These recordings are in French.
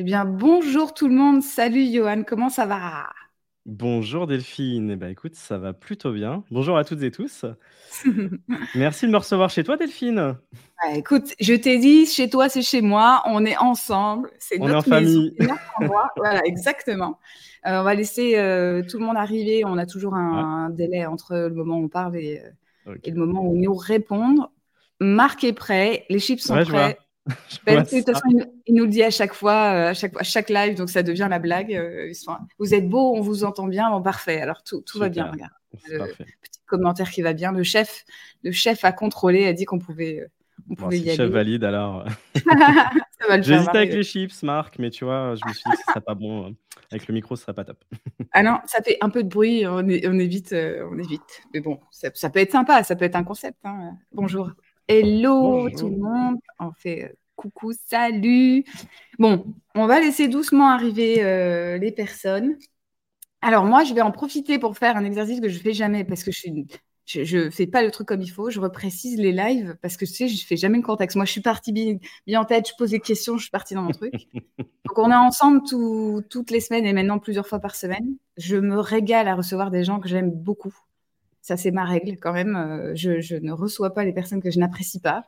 Eh bien, bonjour tout le monde. Salut Johan, comment ça va? Bonjour Delphine, écoute, ça va plutôt bien. Bonjour à toutes et tous. Merci de me recevoir chez toi Delphine. Écoute, je t'ai dit, chez toi, c'est chez moi. On est ensemble. C'est On est en notre maison, famille. c'est notre endroit. Voilà, exactement. On va laisser tout le monde arriver. On a toujours Ouais, un délai entre le moment où on parle et le ok. moment où ils nous répondent. Marc est prêt, les chips sont Ouais, je vois. prêts. Je Ben, vois de toute ça. façon, il nous le dit à chaque live, donc ça devient la blague. Vous êtes beau, on vous entend bien, bon, parfait. Alors tout va bien, Super, regarde. c'est Le parfait. petit commentaire qui va bien. Le chef a contrôlé, a dit on Bon, pouvait si le y chef aller. valide alors. Ça va le J'ai faire hésité avec marrer. les chips, Marc, mais tu vois, je me suis dit que ce serait pas bon. Avec le micro, ce serait pas top. Ah non, ça fait un peu de bruit, on évite, on évite. Mais bon, ça peut être sympa, ça peut être un concept, hein. Bonjour. Hello tout le Bonjour. monde. On fait coucou, salut. Bon, on va laisser doucement arriver les personnes. Alors moi, je vais en profiter pour faire un exercice que je fais jamais parce que je fais pas le truc comme il faut. Je reprécise les lives parce que tu sais, je fais jamais le contexte. Moi, je suis partie bien en tête, je pose des questions, je suis partie dans mon truc. Donc on est ensemble toutes les semaines et maintenant plusieurs fois par semaine. Je me régale à recevoir des gens que j'aime beaucoup. Ça, c'est ma règle quand même. Je ne reçois pas les personnes que je n'apprécie pas.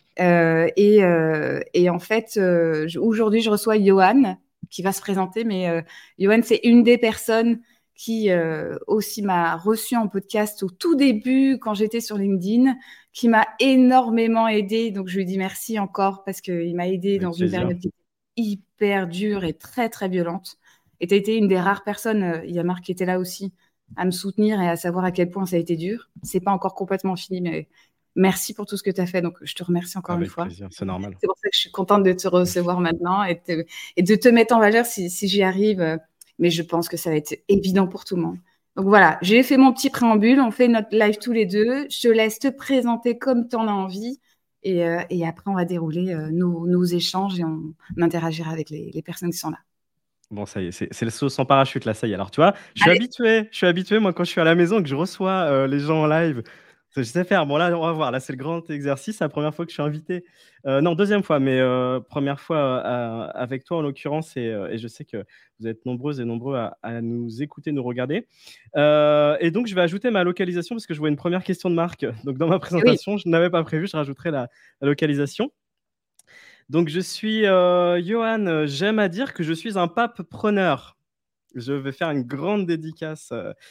Et en fait, aujourd'hui, je reçois Johan qui va se présenter, mais Johan, c'est une des personnes qui aussi m'a reçu en podcast au tout début quand j'étais sur LinkedIn, qui m'a énormément aidé. Donc, je lui dis merci encore parce qu'il m'a aidé dans Avec une plaisir. période qui était hyper dure et très, très violente. Et tu as été une des rares personnes, il y a Marc qui était là aussi, à me soutenir et à savoir à quel point ça a été dur. C'est pas encore complètement fini, mais merci pour tout ce que tu as fait. Donc, je te remercie encore une Avec fois. plaisir, c'est normal. C'est pour ça que je suis contente de te recevoir maintenant et de te mettre en valeur si j'y arrive. Mais je pense que ça va être évident pour tout le monde. Donc voilà, j'ai fait mon petit préambule. On fait notre live tous les deux. Je te laisse te présenter comme tu en as envie. Et après, on va dérouler nos échanges et on interagira avec les personnes qui sont là. Bon, ça y est, c'est le saut sans parachute là, ça y est. Alors, tu vois, Allez, je suis habitué, moi, quand je suis à la maison et que je reçois les gens en live, je sais faire. Bon, là, on va voir. Là, c'est le grand exercice. C'est la première fois que je suis invité. Non, deuxième fois, mais première fois avec toi, en l'occurrence. Et je sais que vous êtes nombreuses et nombreux à nous écouter, nous regarder. Et donc, je vais ajouter ma localisation parce que je vois une première question de Marc. Donc, dans ma oui. présentation, je n'avais pas prévu, je rajouterai la localisation. Donc, je suis Johan. J'aime à dire que je suis un pape preneur. Je vais faire une grande dédicace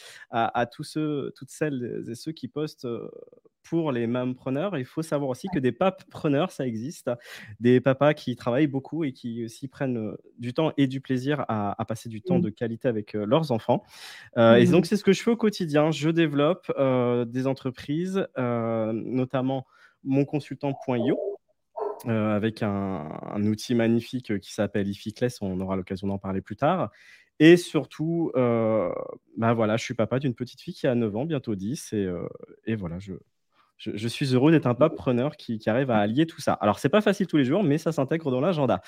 à tous ceux, toutes celles et ceux qui postent pour les mampreneurs. Il faut savoir aussi que des papes preneurs, ça existe. Des papas qui travaillent beaucoup et qui aussi prennent du temps et du plaisir à passer du temps Mm. de qualité avec leurs enfants. Et donc, Mm. c'est ce que je fais au quotidien. Je développe des entreprises, notamment mon consultant.io avec un outil magnifique qui s'appelle Ificless. On aura l'occasion d'en parler plus tard. Et surtout, voilà, je suis papa d'une petite fille qui a 9 ans, bientôt 10. Et voilà, je suis heureux d'être un papa-preneur qui arrive à allier tout ça. Alors, c'est pas facile tous les jours, mais ça s'intègre dans l'agenda.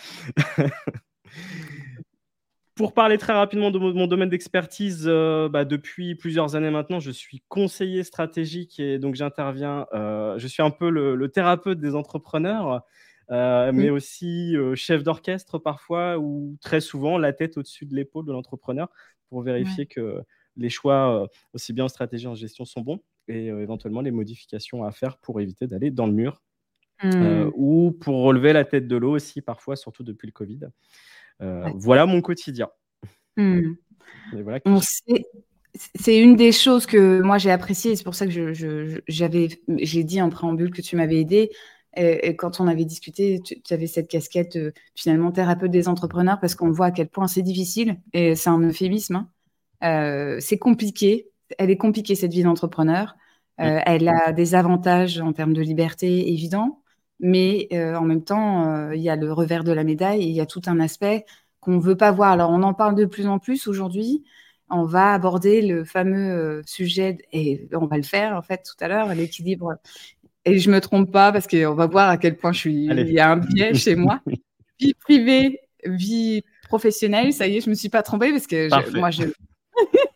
Pour parler très rapidement de mon domaine d'expertise, depuis plusieurs années maintenant, je suis conseiller stratégique et donc j'interviens. Je suis un peu le thérapeute des entrepreneurs, mais Mm. aussi chef d'orchestre parfois ou très souvent la tête au-dessus de l'épaule de l'entrepreneur pour Ouais. vérifier que les choix, aussi bien en stratégie en gestion, sont bons et éventuellement les modifications à faire pour éviter d'aller dans le mur Mm. ou pour relever la tête de l'eau aussi parfois, surtout depuis le Covid. Ouais. Voilà mon quotidien. Mm. Et voilà qui On je suis. sait, c'est une des choses que moi j'ai appréciées, et c'est pour ça que j'ai dit en préambule que tu m'avais aidé. Et quand on avait discuté, tu avais cette casquette finalement thérapeute des entrepreneurs parce qu'on voit à quel point c'est difficile et c'est un euphémisme, hein. C'est compliqué, elle est compliquée cette vie d'entrepreneur. Mm. Elle a des avantages en termes de liberté évidents, mais en même temps, il y a le revers de la médaille et il y a tout un aspect qu'on ne veut pas voir. Alors on en parle de plus en plus aujourd'hui. On va aborder le fameux sujet, et on va le faire en fait tout à l'heure, l'équilibre. Et je me trompe pas parce qu'on va voir à quel point il Allez. y a un biais chez moi. Vie privée, vie professionnelle, ça y est, je me suis pas trompée parce que Parfait.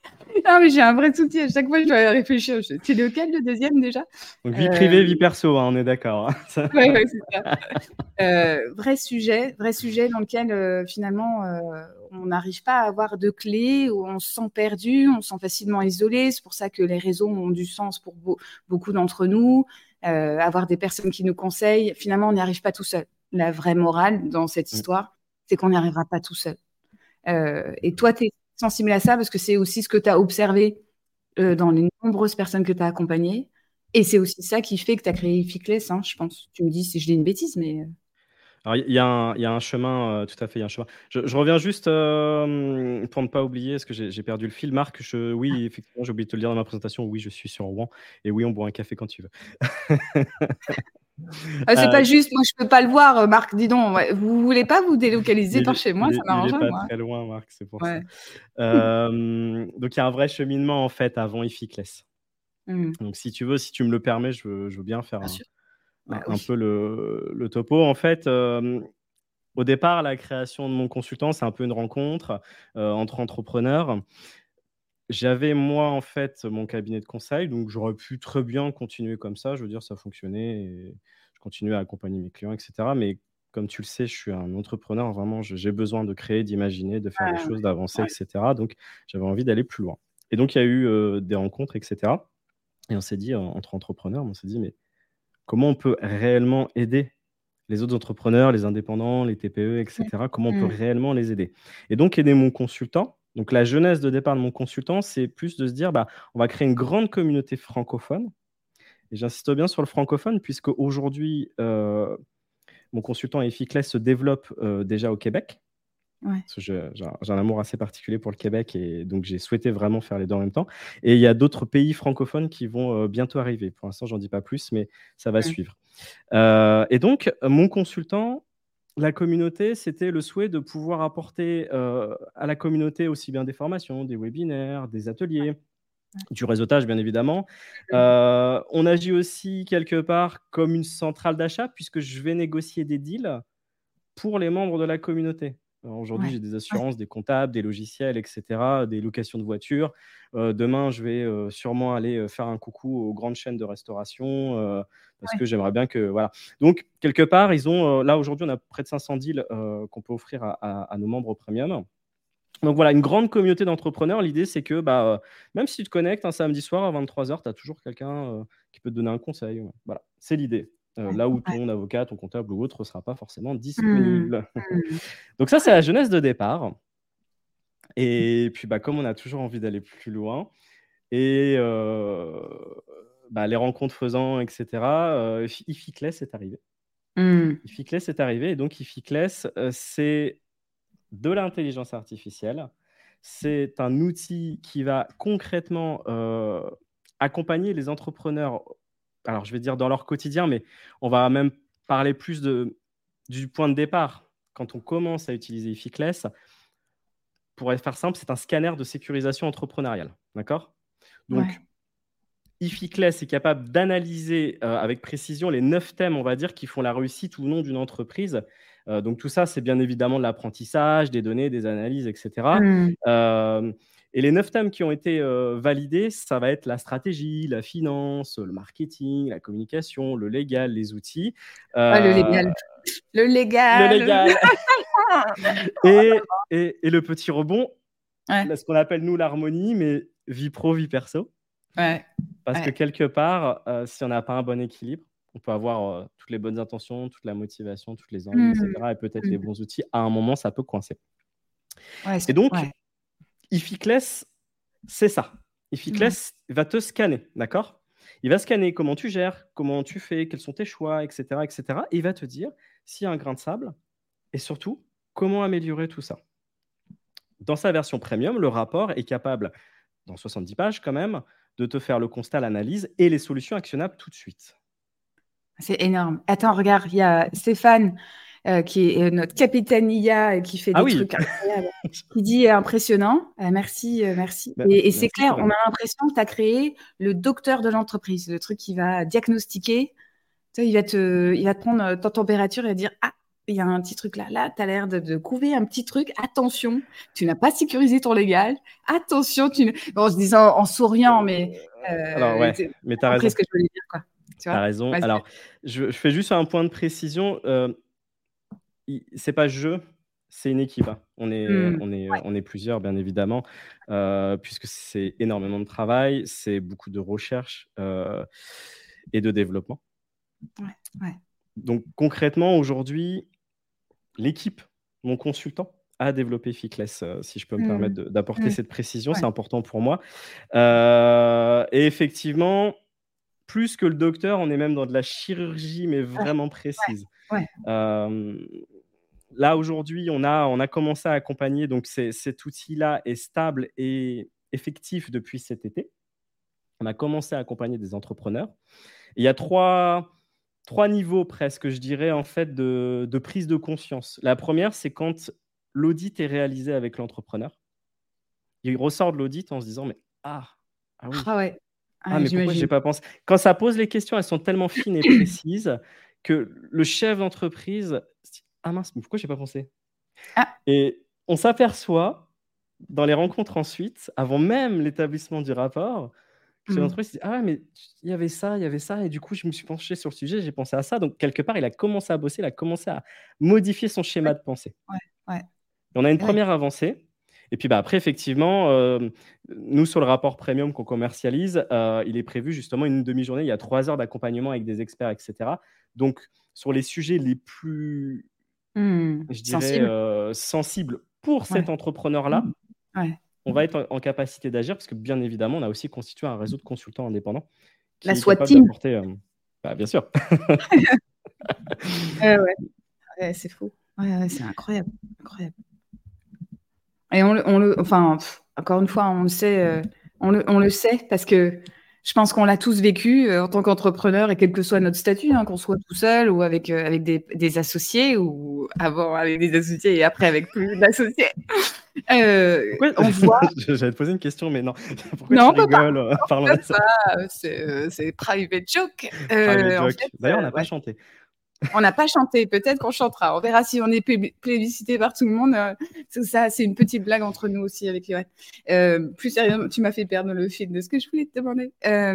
Ah, mais j'ai un vrai souci. À chaque fois, je dois réfléchir. C'est lequel, le deuxième, déjà? Donc, vie privée, vie perso, hein, on est d'accord. Ouais, c'est ça. Vrai sujet dans lequel finalement on n'arrive pas à avoir de clés, où on se sent perdu, on se sent facilement isolé. C'est pour ça que les réseaux ont du sens pour beaucoup d'entre nous. Avoir des personnes qui nous conseillent, finalement, on n'y arrive pas tout seul. La vraie morale dans cette histoire, c'est qu'on n'y arrivera pas tout seul. Et toi, tu es sensible à ça parce que c'est aussi ce que tu as observé dans les nombreuses personnes que tu as accompagnées. Et c'est aussi ça qui fait que tu as créé Ificless, hein, je pense. Tu me dis si je dis une bêtise, mais... Alors, il y a un chemin, tout à fait, il y a un chemin. Je reviens juste pour ne pas oublier, parce que j'ai perdu le fil. Marc, oui, effectivement, j'ai oublié de te le dire dans ma présentation. Oui, je suis sur Rouen. Et oui, on boit un café quand tu veux. C'est pas juste, moi je peux pas le voir, Marc, dis donc. Ouais. Vous voulez pas vous délocaliser par chez moi, ça il est m'arrangerait, pas moi. très loin, Marc, c'est pour Ouais. ça. Donc, il y a un vrai cheminement, en fait, avant Ificless. Donc, si tu veux, si tu me le permets, je veux bien faire Bien sûr. un peu le topo. En fait, au départ, la création de mon consultant, c'est un peu une rencontre entre entrepreneurs. J'avais, moi, en fait, mon cabinet de conseil, donc j'aurais pu très bien continuer comme ça. Je veux dire, ça fonctionnait et je continuais à accompagner mes clients, et cetera. Mais comme tu le sais, je suis un entrepreneur, vraiment, j'ai besoin de créer, d'imaginer, de faire des choses, d'avancer, et cetera. Donc, j'avais envie d'aller plus loin. Et donc, il y a eu des rencontres, et cetera. Et on s'est dit, entre entrepreneurs, on s'est dit, mais comment on peut réellement aider les autres entrepreneurs, les indépendants, les TPE, et cetera? Comment on peut réellement les aider? Et donc, aider mon consultant. Donc, la genèse de départ de mon consultant, c'est plus de se dire, on va créer une grande communauté francophone. Et j'insiste bien sur le francophone, puisque aujourd'hui, mon consultant Efficless se développe déjà au Québec. Parce que j'ai un amour assez particulier pour le Québec et donc j'ai souhaité vraiment faire les deux en même temps. Et il y a d'autres pays francophones qui vont bientôt arriver. Pour l'instant, j'en dis pas plus, mais ça va suivre. Et donc, mon consultant, la communauté, c'était le souhait de pouvoir apporter à la communauté aussi bien des formations, des webinaires, des ateliers, du réseautage, bien évidemment. On agit aussi quelque part comme une centrale d'achat, puisque je vais négocier des deals pour les membres de la communauté. Aujourd'hui, j'ai des assurances, des comptables, des logiciels, et cetera, des locations de voitures. Demain, je vais sûrement aller faire un coucou aux grandes chaînes de restauration parce que j'aimerais bien que… Voilà. Donc, quelque part, ils ont… là, aujourd'hui, on a près de 500 deals qu'on peut offrir à nos membres premium. Donc, voilà, une grande communauté d'entrepreneurs. L'idée, c'est que même si tu te connectes un samedi soir à 23h, tu as toujours quelqu'un qui peut te donner un conseil. Voilà, c'est l'idée. Là où ton avocat, ton comptable ou autre ne sera pas forcément disponible. Donc ça, c'est la genèse de départ. Et puis, comme on a toujours envie d'aller plus loin, et les rencontres faisant, etc., Ificless est arrivé. Ificless est arrivé, et donc Ificless, c'est de l'intelligence artificielle. C'est un outil qui va concrètement accompagner les entrepreneurs, alors je vais dire dans leur quotidien, mais on va même parler plus du point de départ. Quand on commence à utiliser Ificless, pour faire simple, c'est un scanner de sécurisation entrepreneuriale. D'accord ? Donc, Ificless est capable d'analyser avec précision les 9 thèmes, on va dire, qui font la réussite ou non d'une entreprise. Donc, tout ça, c'est bien évidemment de l'apprentissage, des données, des analyses, etc. Et les 9 thèmes qui ont été validés, ça va être la stratégie, la finance, le marketing, la communication, le légal, les outils. Le légal. Le légal. Le légal. et le petit rebond, ce qu'on appelle, nous, l'harmonie, mais vie pro, vie perso. Parce que quelque part, si on n'a pas un bon équilibre, on peut avoir toutes les bonnes intentions, toute la motivation, toutes les envies, etc. Et peut-être les bons outils. À un moment, ça peut coincer. Et donc, Ificless, c'est ça. Ificless va te scanner, d'accord ? Il va scanner comment tu gères, comment tu fais, quels sont tes choix, etc., etc. Et il va te dire s'il y a un grain de sable et surtout, comment améliorer tout ça. Dans sa version premium, le rapport est capable, dans 70 pages quand même, de te faire le constat, l'analyse et les solutions actionnables tout de suite. C'est énorme. Attends, regarde, il y a Stéphane qui est notre capitaine IA qui fait des trucs incroyables, qui dit impressionnant. Merci, merci. Et c'est clair, on a l'impression que tu as créé le docteur de l'entreprise, le truc qui va diagnostiquer. Tu sais, il va te prendre ta température et va dire « Ah, il y a un petit truc là. Là, tu as l'air de couver un petit truc. Attention, tu n'as pas sécurisé ton légal. Attention, bon, en se disant, en souriant, mais Alors, ouais, tu mais tu as as compris raison. ce que je voulais dire, quoi. Tu Tu as vois? raison. Vas-y. Alors, je fais juste un point de précision. C'est pas «je», c'est une équipe, hein. Mmh. On est plusieurs, bien évidemment, puisque c'est énormément de travail, c'est beaucoup de recherche, et de développement. Ouais, ouais. Donc concrètement, aujourd'hui, l'équipe, mon consultant, a développé Ficless, si je peux me permettre Mmh. d'apporter Mmh. cette précision, Ouais, c'est important pour moi. Et effectivement, plus que le docteur, on est même dans de la chirurgie, mais ouais, vraiment précise. ouais. Hem, Là, aujourd'hui, on a commencé à accompagner, donc cet outil-là est stable et effectif depuis cet été. On a commencé à accompagner des entrepreneurs. Il y a trois niveaux presque, je dirais, en fait, de prise de conscience. La première, c'est quand l'audit est réalisé avec l'entrepreneur. Il ressort de l'audit en se disant: «Mais ah oui, Ah ouais. ah Ouais, mais pourquoi j'ai j'imagine. pas pensé?» Quand ça pose les questions, elles sont tellement fines et précises que le chef d'entreprise se dit: «Ah mince, mais pourquoi j'ai pas pensé?» Ah, Et on s'aperçoit dans les rencontres ensuite, avant même l'établissement du rapport, que chef mmh. d'entreprise se dit: «Ah ouais, mais il y avait ça et du coup, je me suis penché sur le sujet, j'ai pensé à ça». Donc quelque part, il a commencé à bosser, il a commencé à modifier son Ouais, schéma de pensée. ouais, ouais. Et on a une Et ouais. première avancée et puis, bah, après effectivement, nous sur le rapport premium qu'on commercialise, il est prévu justement une demi-journée. Il y a 3 heures d'accompagnement avec des experts et cetera. Donc sur les sujets les plus, je dirais, Sensible? sensibles pour Ouais. cet entrepreneur-là, Mmh. Ouais. on va être en capacité d'agir parce que bien évidemment, on a aussi constitué un réseau de consultants indépendants La qui est SWAT capable team? d'apporter, bah, bien sûr. Ouais. Ouais, c'est fou. Ouais, ouais, c'est incroyable, incroyable. Et enfin, encore une fois, on le sait, on le sait parce que je pense qu'on l'a tous vécu, en tant qu'entrepreneur et quel que soit notre statut, hein, qu'on soit tout seul ou avec des associés ou avant avec des associés et après avec plus d'associés. Pourquoi On voit j'allais te poser une question, mais non. Pourquoi non, tu on peut pas, rigoles, en parlant on de peut ça? pas, c'est private joke. Private En joke. fait, D'ailleurs, on n'a pas ouais. chanté. On n'a pas chanté, peut-être qu'on chantera. On verra si on est plébiscité par tout le monde. Ça, c'est une petite blague entre nous aussi avec Yoann. Plus sérieusement, tu m'as fait perdre le fil de ce que je voulais te demander.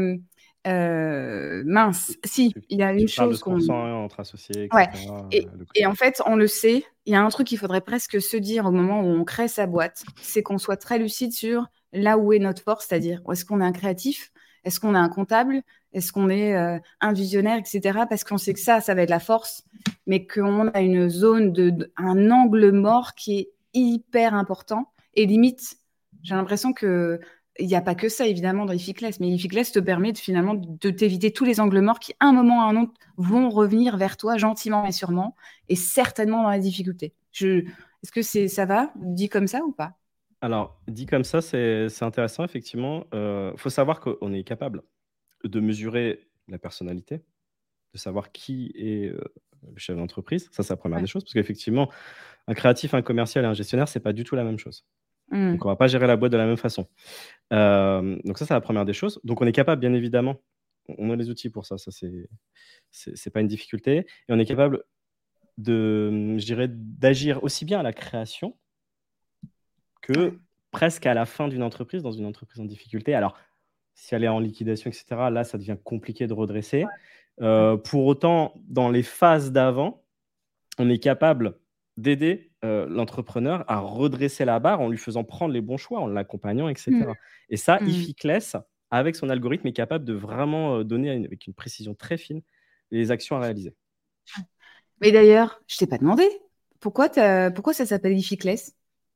Mince, si, il y a une Tu parles de chose ce qu'on... pourcent entre associés et Ouais, cetera, le et prix. en fait, on le sait, il y a un truc qu'il faudrait presque se dire au moment où on crée sa boîte, c'est qu'on soit très lucide sur là où est notre force, c'est-à-dire est-ce qu'on est un créatif, est-ce qu'on est un comptable, est-ce qu'on est un visionnaire, etc. Parce qu'on sait que ça va être la force, mais qu'on a une zone, un angle mort qui est hyper important et limite, j'ai l'impression que il n'y a pas que ça, évidemment, dans Ificless, mais Ificless te permet finalement de t'éviter tous les angles morts qui, à un moment ou à un autre, vont revenir vers toi gentiment mais sûrement, et certainement dans la difficulté. Est-ce que ça va, dit comme ça ou pas? Alors, dit comme ça, c'est intéressant effectivement. Faut savoir qu'on est capable de mesurer la personnalité, de savoir qui est, le chef d'entreprise. Ça, c'est la première Ouais. des choses, parce qu'effectivement, un créatif, un commercial et un gestionnaire, c'est pas du tout la même chose. Mmh. Donc on va pas gérer la boîte de la même façon. Donc ça, c'est la première des choses. Donc on est capable, bien évidemment, on a les outils pour ça, c'est pas une difficulté et on est capable de, je dirais, d'agir aussi bien à la création Ouais. que presque à la fin d'une entreprise, dans une entreprise en difficulté. Alors, si elle est en liquidation et cetera, là, ça devient compliqué de redresser. Ouais. Pour autant, dans les phases d'avant, on est capable d'aider, l'entrepreneur à redresser la barre en lui faisant prendre les bons choix, en l'accompagnant et Mmh. cetera et ça, Mmh. Ificless, avec son algorithme, est capable de vraiment, donner avec une précision très fine les actions à réaliser. Mais d'ailleurs, je t'ai pas demandé, pourquoi ça s'appelle Ificless?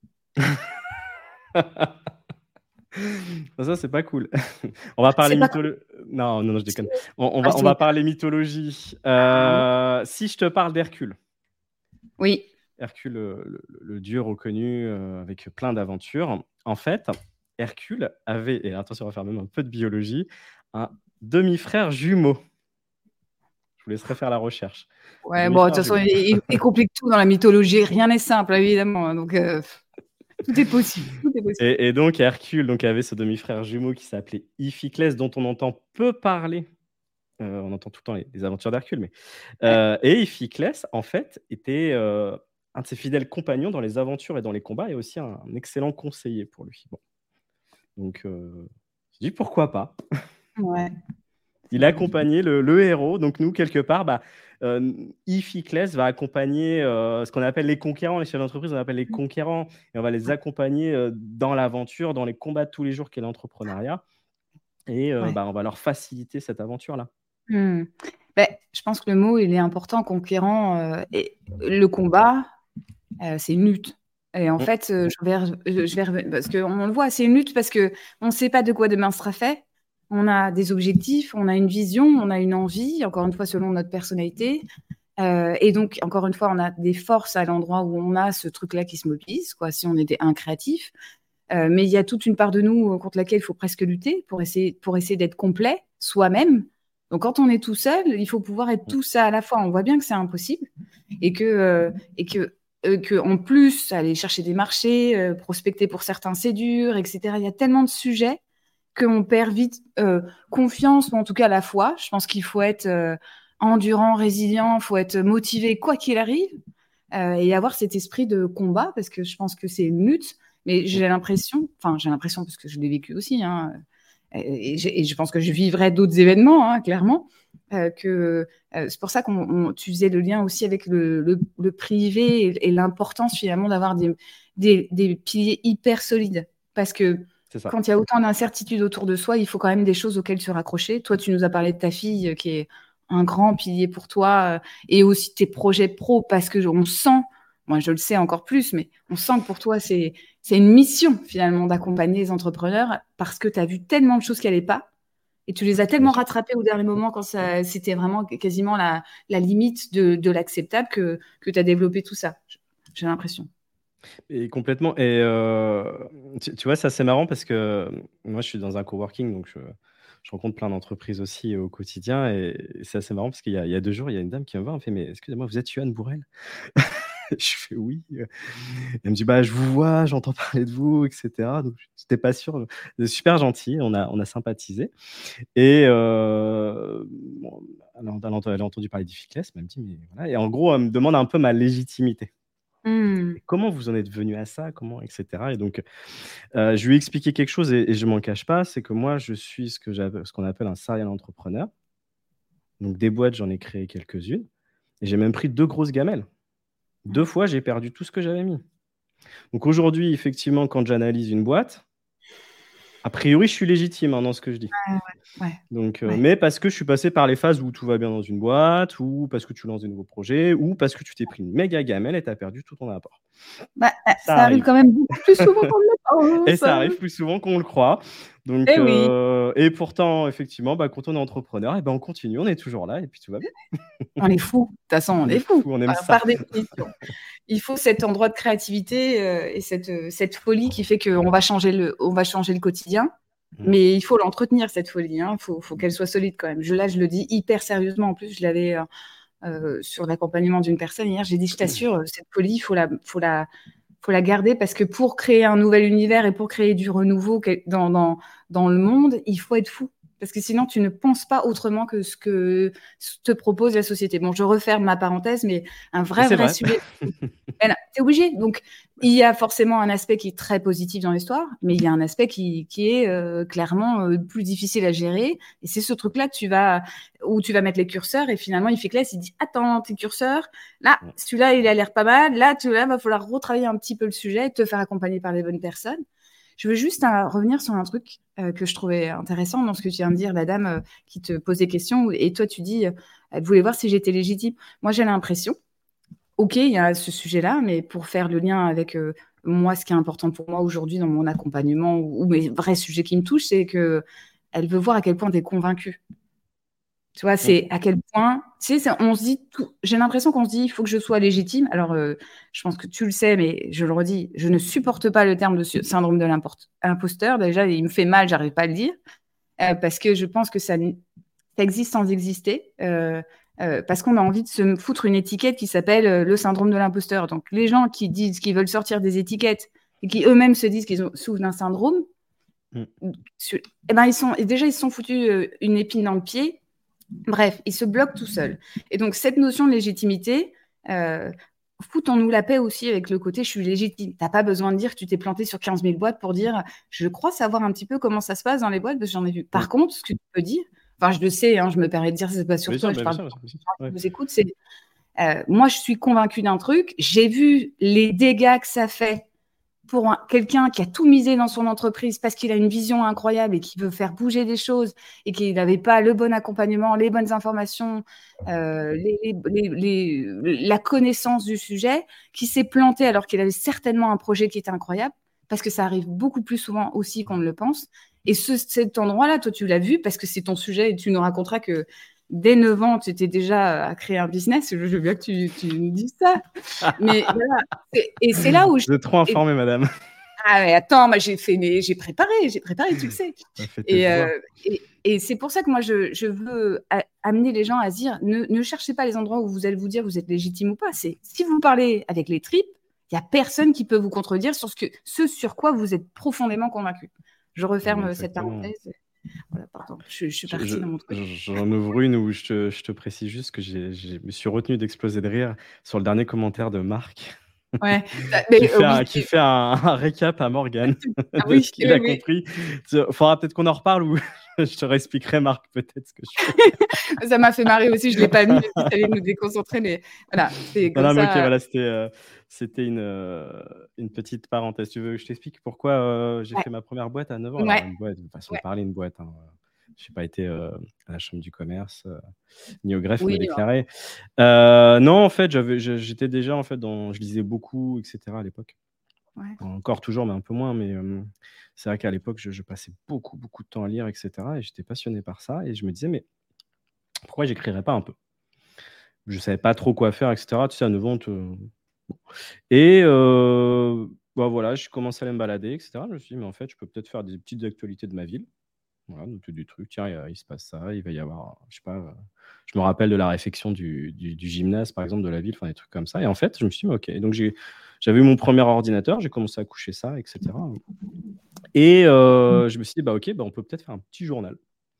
Ça, c'est pas cool. On va C'est parler pas cool. non, non, non, je déconne. Ah, je On va rigole. parler mythologie. Ah oui. Si je te parle d'Hercule. Oui. Hercule, le dieu reconnu, avec plein d'aventures. En fait, Hercule avait, et attention, on va faire même un peu de biologie, un demi-frère jumeau. Je vous laisserai faire la recherche. Un Ouais, bon, de toute demi-frère façon, jumeau. il complique tout dans la mythologie. Rien n'est simple, évidemment, hein, donc tout est possible, tout est possible. Et donc Hercule donc avait ce demi-frère jumeau qui s'appelait Iphiclès, dont on entend peu parler On entend tout le temps les aventures d'Hercule, mais Ouais. et Iphiclès, en fait, était, un de ses fidèles compagnons dans les aventures et dans les combats et aussi un excellent conseiller pour lui. Bon, donc j'ai dit: «Pourquoi pas?» Ouais. Il a accompagné le héros, donc nous, quelque part, Iphiclès va accompagner, ce qu'on appelle les conquérants. Les chefs d'entreprise, on appelle les conquérants et on va les accompagner, dans l'aventure, dans les combats de tous les jours qu'est l'entrepreneuriat et Ouais. on va leur faciliter cette aventure-là. Mmh. Je pense que le mot, il est important, conquérant, et le combat, c'est une lutte et en Mmh, fait, je vais reven parce qu'on le voit, c'est une lutte parce qu'on ne sait pas de quoi demain sera fait. On a des objectifs, on a une vision, on a une envie, encore une fois, selon notre personnalité, et donc encore une fois, on a des forces à l'endroit où on a ce truc-là qui se mobilise, quoi, si on était un créatif. Mais il y a toute une part de nous contre laquelle il faut presque lutter pour essayer d'être complet, soi-même. Donc, quand on est tout seul, il faut pouvoir être mmh, tout ça à la fois. On voit bien que c'est impossible et que en plus, aller chercher des marchés, prospecter pour certains, c'est dur, etc. Il y a tellement de sujets qu'on perd vite confiance, ou en tout cas la foi. Je pense qu'il faut être endurant, résilient, il faut être motivé quoi qu'il arrive, et avoir cet esprit de combat, parce que je pense que c'est une lutte. Mais mmh. j'ai l'impression parce que je l'ai vécu aussi, hein, et je pense que je vivrai d'autres événements, hein, clairement, que c'est pour ça tu faisais le lien aussi avec le privé et l'importance finalement d'avoir des piliers hyper solides. Parce que C'est ça. quand il y a autant d'incertitudes autour de soi, il faut quand même des choses auxquelles se raccrocher. Toi, tu nous as parlé de ta fille, qui est un grand pilier pour toi, et aussi tes projets pro, parce que on sent, moi je le sais encore plus, mais on sent que pour toi, c'est une mission finalement d'accompagner les entrepreneurs, parce que tu as vu tellement de choses qui n'allaient pas et tu les as Bien tellement sûr. rattrapées au dernier moment quand c'était vraiment quasiment la limite de l'acceptable, que tu as développé tout ça. J'ai l'impression. Et complètement et tu vois, c'est assez marrant parce que moi, je suis dans un coworking, donc je rencontre plein d'entreprises aussi au quotidien et c'est assez marrant parce qu'il y a 2 jours, il y a une dame qui me voit, elle me fait: «Mais excusez-moi, vous êtes Yoann Bourelle?» Je fais: «Oui», elle me dit: «Bah, je vous vois, j'entends parler de vous et cetera», donc j'étais pas sûr, super gentil, on a sympathisé et bon, elle a entendu parler d'Iphiclès, elle me dit: «Mais voilà» et en gros, elle me demande un peu ma légitimité. Mmh. «Et comment vous en êtes venu à ça? Comment?» et cetera et donc je lui ai expliqué quelque chose et je m'en cache pas, c'est que moi, je suis ce qu'on appelle un serial entrepreneur. Donc des boîtes, j'en ai créé quelques-unes et j'ai même pris 2 grosses gamelles. 2 Mmh. fois, j'ai perdu tout ce que j'avais mis. Donc aujourd'hui, effectivement, quand j'analyse une boîte, a priori, je suis légitime, hein, dans ce que je dis. Ouais, ouais, Donc ouais. mais parce que je suis passé par les phases où tout va bien dans une boîte ou parce que tu lances des nouveaux projets ou parce que tu t'es pris une méga gamelle et tu as perdu tout ton apport. Ça Ça arrive arrive. quand même beaucoup plus souvent qu'on ne le Et pense, ça hein. arrive plus souvent qu'on le croit. Donc Eh oui. et pourtant, effectivement, quand on est entrepreneur on continue, on est toujours là et puis tout va bien. On est fous, de toute façon, on On est est fous, fou, on aime ça. par définition. Il faut cet endroit de créativité, et cette folie qui fait qu'on va changer le quotidien, Mmh. mais il faut l'entretenir, cette folie, hein. Faut qu'elle soit solide quand même. Là, je le dis hyper sérieusement. En plus, je l'avais sur l'accompagnement d'une personne hier. J'ai dit: «Je t'assure, cette folie, il faut la garder, parce que pour créer un nouvel univers et pour créer du renouveau dans le monde, il faut être fou. Parce que sinon, tu ne penses pas autrement que ce que te propose la société.» Bon, je referme ma parenthèse, mais un Mais vrai, c'est vrai vrai. sujet. Ben, tu es obligé. Donc, il y a forcément un aspect qui est très positif dans l'histoire, mais il y a un aspect qui est clairement plus difficile à gérer. Et c'est ce truc-là où tu vas mettre les curseurs. Et finalement, il fait classe, il dit: «Attends, tes curseurs, là, Mmh. celui-là, il a l'air pas mal. Là, va falloir retravailler un petit peu le sujet et te faire accompagner par les bonnes personnes.» Je veux juste revenir sur un truc que je trouvais intéressant dans ce que tu viens de dire, la dame qui te pose des questions. Et toi, tu dis, elle voulait voir si j'étais légitime. Moi, j'ai l'impression, OK, il y a ce sujet-là, mais pour faire le lien avec moi, ce qui est important pour moi aujourd'hui dans mon accompagnement, ou mes vrais sujets qui me touchent, c'est qu'elle veut voir à quel point tu es convaincu. Tu vois, Mmh. c'est à quel point, tu sais, on se dit j'ai l'impression qu'on se dit: «Il faut que je sois légitime.» Alors, je pense que tu le sais, mais je le redis, je ne supporte pas le terme de syndrome de l'imposteur. Déjà, il me fait mal, j'arrive pas à le dire, parce que je pense que ça existe sans exister, parce qu'on a envie de se foutre une étiquette qui s'appelle le syndrome de l'imposteur. Donc, les gens qui disent qu'ils veulent sortir des étiquettes et qui eux-mêmes se disent qu'ils souffrent d'un syndrome, Mmh. eh ben, ils se sont foutus une épine dans le pied, Bref, il se bloque tout seul. Et donc, cette notion de légitimité, foutons-nous la paix aussi avec le côté je suis légitime. Tu n'as pas besoin de dire que tu t'es planté sur 15 000 boîtes pour dire je crois savoir un petit peu comment ça se passe dans les boîtes parce que j'en ai vu. Par contre, ce que tu peux dire, enfin, je le sais, hein, je me permets de dire, c'est pas sur Bien toi, sûr, je bien parle sûr, de bien sûr, bien sûr. gens qui Ouais. nous écoutent, c'est moi, je suis convaincue d'un truc, j'ai vu les dégâts que ça fait pour quelqu'un qui a tout misé dans son entreprise parce qu'il a une vision incroyable et qui veut faire bouger des choses et qu'il n'avait pas le bon accompagnement, les bonnes informations, la connaissance du sujet, qui s'est planté alors qu'il avait certainement un projet qui était incroyable, parce que ça arrive beaucoup plus souvent aussi qu'on ne le pense. Et cet endroit-là, toi, tu l'as vu parce que c'est ton sujet et tu nous raconteras que dès 9 ans, tu étais déjà à créer un business. Je veux bien que tu nous dises ça. Mais voilà. Et c'est là où Vous êtes trop informée, madame. ah mais attends, moi j'ai préparé, tu le sais. Fais tes Et, devoirs. et c'est pour ça que moi je veux amener les gens à se dire, ne cherchez pas les endroits où vous allez vous dire vous êtes légitime ou pas. C'est si vous parlez avec les tripes, il y a personne qui peut vous contredire sur ce sur quoi vous êtes profondément convaincu. Je referme cette Exactement. parenthèse. Voilà, pardon, je suis partie dans mon truc. J'en ouvre une où je te précise juste que je me suis retenu d'exploser de rire sur le dernier commentaire de Marc. Ouais, mais oui, Qui fait un récap à Morgane ah de oui, ce qu'il a compris. Il faudra peut-être qu'on en reparle ou je te réexpliquerai, Marc, peut-être ce que je fais. Ça m'a fait marrer aussi, je ne l'ai pas mis, ça allait nous déconcentrer, mais voilà, c'est Non, comme non, mais ok, ça. voilà, c'était une petite parenthèse. Tu veux que je t'explique pourquoi j'ai Ouais, fait ma première boîte à 9 ans? Alors, ouais, une boîte, façon de ouais. parler, une boîte. Hein. Je n'ai pas été à la chambre du commerce ni au greffe me Oui, déclarer. Non, en fait, j'étais déjà en fait je lisais beaucoup, etc. à l'époque. ouais. Encore toujours, mais un peu moins. Mais c'est vrai qu'à l'époque, je passais beaucoup, beaucoup de temps à lire, etc. Et j'étais passionné par ça. Et je me disais, mais pourquoi j'écrirais pas un peu? Je savais pas trop quoi faire, etc. Tu sais, à 9 ans, bon. Et bah voilà, je commençais à aller me balader, etc. Je me suis dit, mais en fait, je peux peut-être faire des petites actualités de ma ville. Voilà, noter des trucs. Tiens, il se passe ça, il va y avoir, je sais pas, je me rappelle de la réfection du gymnase, par exemple, de la ville, enfin des trucs comme ça. Et en fait, je me suis dit, mais ok. Donc j'avais eu mon premier ordinateur, j'ai commencé à coucher ça, etc. Et je me suis dit, bah ok, bah, on peut peut-être faire un petit journal.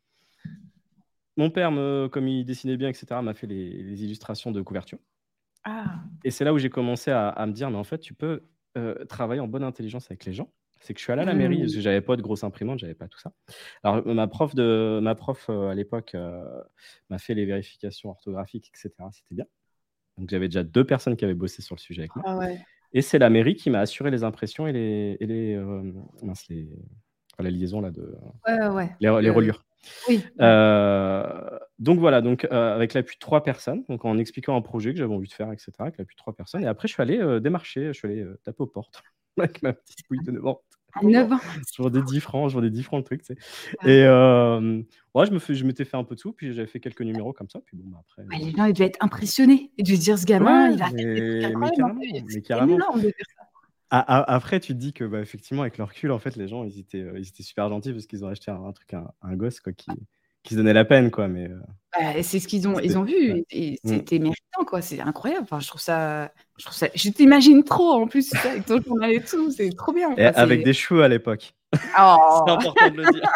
Mon père, comme il dessinait bien, etc., m'a fait les illustrations de couverture. Ah. Et c'est là où j'ai commencé à me dire, mais en fait, tu peux travailler en bonne intelligence avec les gens. C'est que je suis allé à la mairie, parce que j'avais pas de grosse imprimante, j'avais pas tout ça. Alors, ma prof à l'époque m'a fait les vérifications orthographiques, etc. C'était bien. Donc, j'avais déjà 2 personnes qui avaient bossé sur le sujet avec moi. Ah ouais. Et c'est la mairie qui m'a assuré les impressions et mince, la liaison là Ouais. les reliures. Oui. Ouais. Donc voilà, avec l'appui de 3 personnes, donc en expliquant un projet que j'avais envie de faire, etc., avec l'appui de 3 personnes. Et après, je suis allé démarcher, je suis allé taper aux portes avec ma petite bouille de 9 ans. À 9 ans. Je vendais 10 francs, le truc, tu sais. Ah. Et ouais, je m'étais fait un peu de sous, puis j'avais fait quelques numéros comme ça. Puis bon, bah, après. Ouais, les gens, ils devaient être impressionnés. Ils devaient se dire, ce gamin, Ouais, il va faire des trucs mais incroyables. carrément, mais C'est carrément. énorme de faire ça. Après, tu te dis que, bah, effectivement, avec le recul, en fait, les gens, ils étaient super gentils parce qu'ils ont acheté un truc, un gosse, quoi, qui se donnait la peine, quoi. Mais Bah, c'est ce qu'ils ont c'était. vu Ouais. et Mm. c'était méritant, quoi. C'est incroyable. Enfin, je t'imagine trop en plus, ça, avec ton journal et tout. C'est trop bien. Et Enfin, avec des cheveux à l'époque. C'est Oh, important de le dire.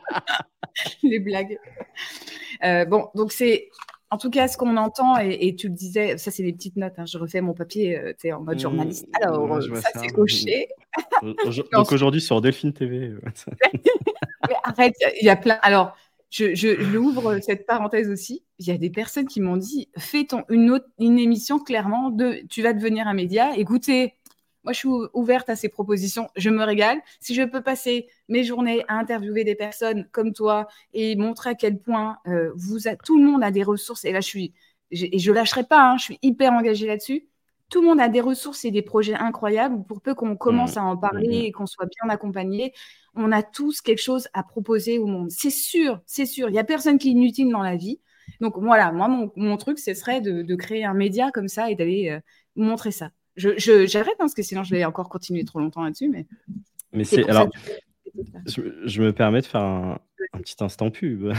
les blagues. Bon, donc c'est en tout cas ce qu'on entend, et tu le disais, ça c'est des petites notes, hein, je refais mon papier tu sais, en mode journaliste. Alors, Ouais, je vois ça ça. c'est coché. Donc aujourd'hui, sur Delphine TV. Mais arrête, il y a plein. Alors, j'ouvre cette parenthèse aussi. Il y a des personnes qui m'ont dit fais une émission clairement tu vas devenir un média. Écoutez, moi je suis ouverte à ces propositions, je me régale. Si je peux passer mes journées à interviewer des personnes comme toi et montrer à quel point tout le monde a des ressources, et là je lâcherai pas, hein, je suis hyper engagée là-dessus. Tout le monde a des ressources et des projets incroyables. Pour peu qu'on commence à en parler et qu'on soit bien accompagné, on a tous quelque chose à proposer au monde. C'est sûr, c'est sûr. Il n'y a personne qui est inutile dans la vie. Donc voilà, moi, mon truc, ce serait de créer un média comme ça et d'aller montrer ça. J'arrête, parce que sinon je vais encore continuer trop longtemps là-dessus. Mais c'est pour alors, ça que je me permets de faire un petit instant pub.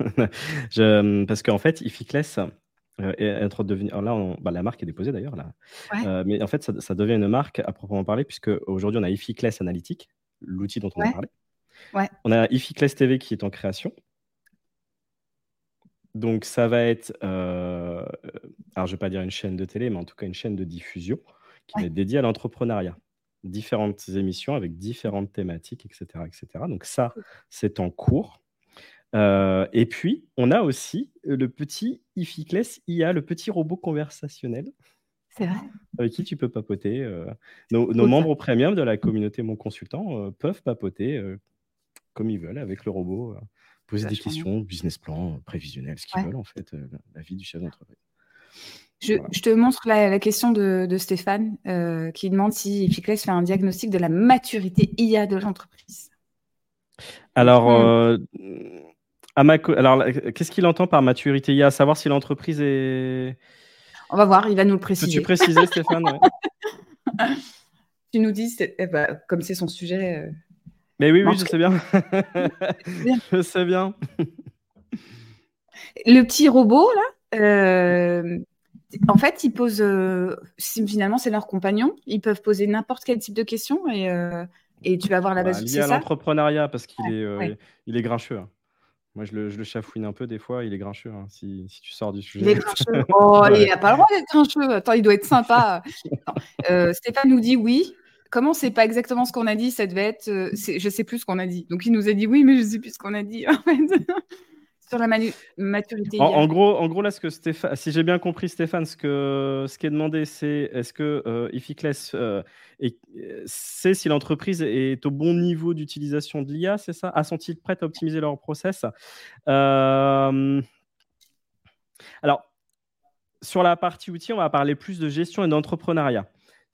Parce qu'en fait, Ificless est en train de devenir. Alors là, la marque est déposée d'ailleurs. Là. ouais, Mais en fait, ça devient une marque à proprement parler, puisque aujourd'hui, on a Ificless Analytics, l'outil dont on a ouais, parlé. ouais. On a Ificless TV qui est en création. Donc ça va être, alors je vais pas dire une chaîne de télé, mais en tout cas une chaîne de diffusion qui va Ouais, être dédiée à l'entrepreneuriat. Différentes émissions avec différentes thématiques et cetera et cetera. Donc ça, cool. c'est en cours. Et puis on a aussi, le petit Ificless IA, le petit robot conversationnel C'est vrai, avec qui tu peux papoter, c'est nos cool ça. membres premium de la communauté Mon Consultant, peuvent papoter, comme ils veulent avec le robot, C'est poser des vachement bien. questions, business plan, prévisionnel, ce qu'ils Ouais. veulent en fait, la vie du chef d'entreprise. Je, Voilà. je te montre la question de Stéphane qui demande si Ficlès fait un diagnostic de la maturité IA de l'entreprise. Alors, Mhm. alors qu'est-ce qu'il entend par maturité IA? Savoir si l'entreprise est... On va voir, il va nous le Peux-tu préciser. préciser, Stéphane? Ouais. Tu nous dis, comme c'est son sujet. Mais oui, Mais en oui, tout je cas, sais bien. c'est bien. Je sais bien. Le petit robot, là, en fait, ils posent, finalement, c'est leur compagnon, ils peuvent poser n'importe quel type de questions et tu vas avoir la Bah, base. lié C'est à ça? l'entrepreneuriat, parce qu'il Ouais, est, ouais. il est grincheux, hein. Moi, je le chafouine un peu des fois, il est grincheux, hein, si tu sors du Il sujet. est grincheux. Oh, il Ouais. n'a pas le droit d'être grincheux. Attends, il doit être sympa. Attends, Stéphane nous dit oui. Comment c'est pas exactement ce qu'on a dit? Ça devait être. Je sais plus ce qu'on a dit. Donc il nous a dit oui, mais je sais plus ce qu'on a dit en fait. Sur la maturité IA. En gros, là, si j'ai bien compris, Stéphane, ce qui est demandé, c'est est-ce que Ificless sait si l'entreprise est au bon niveau d'utilisation de l'IA, c'est ça? Ah, sont-ils prêts à optimiser leur process? Euh, alors, sur la partie outils, on va parler plus de gestion et d'entrepreneuriat.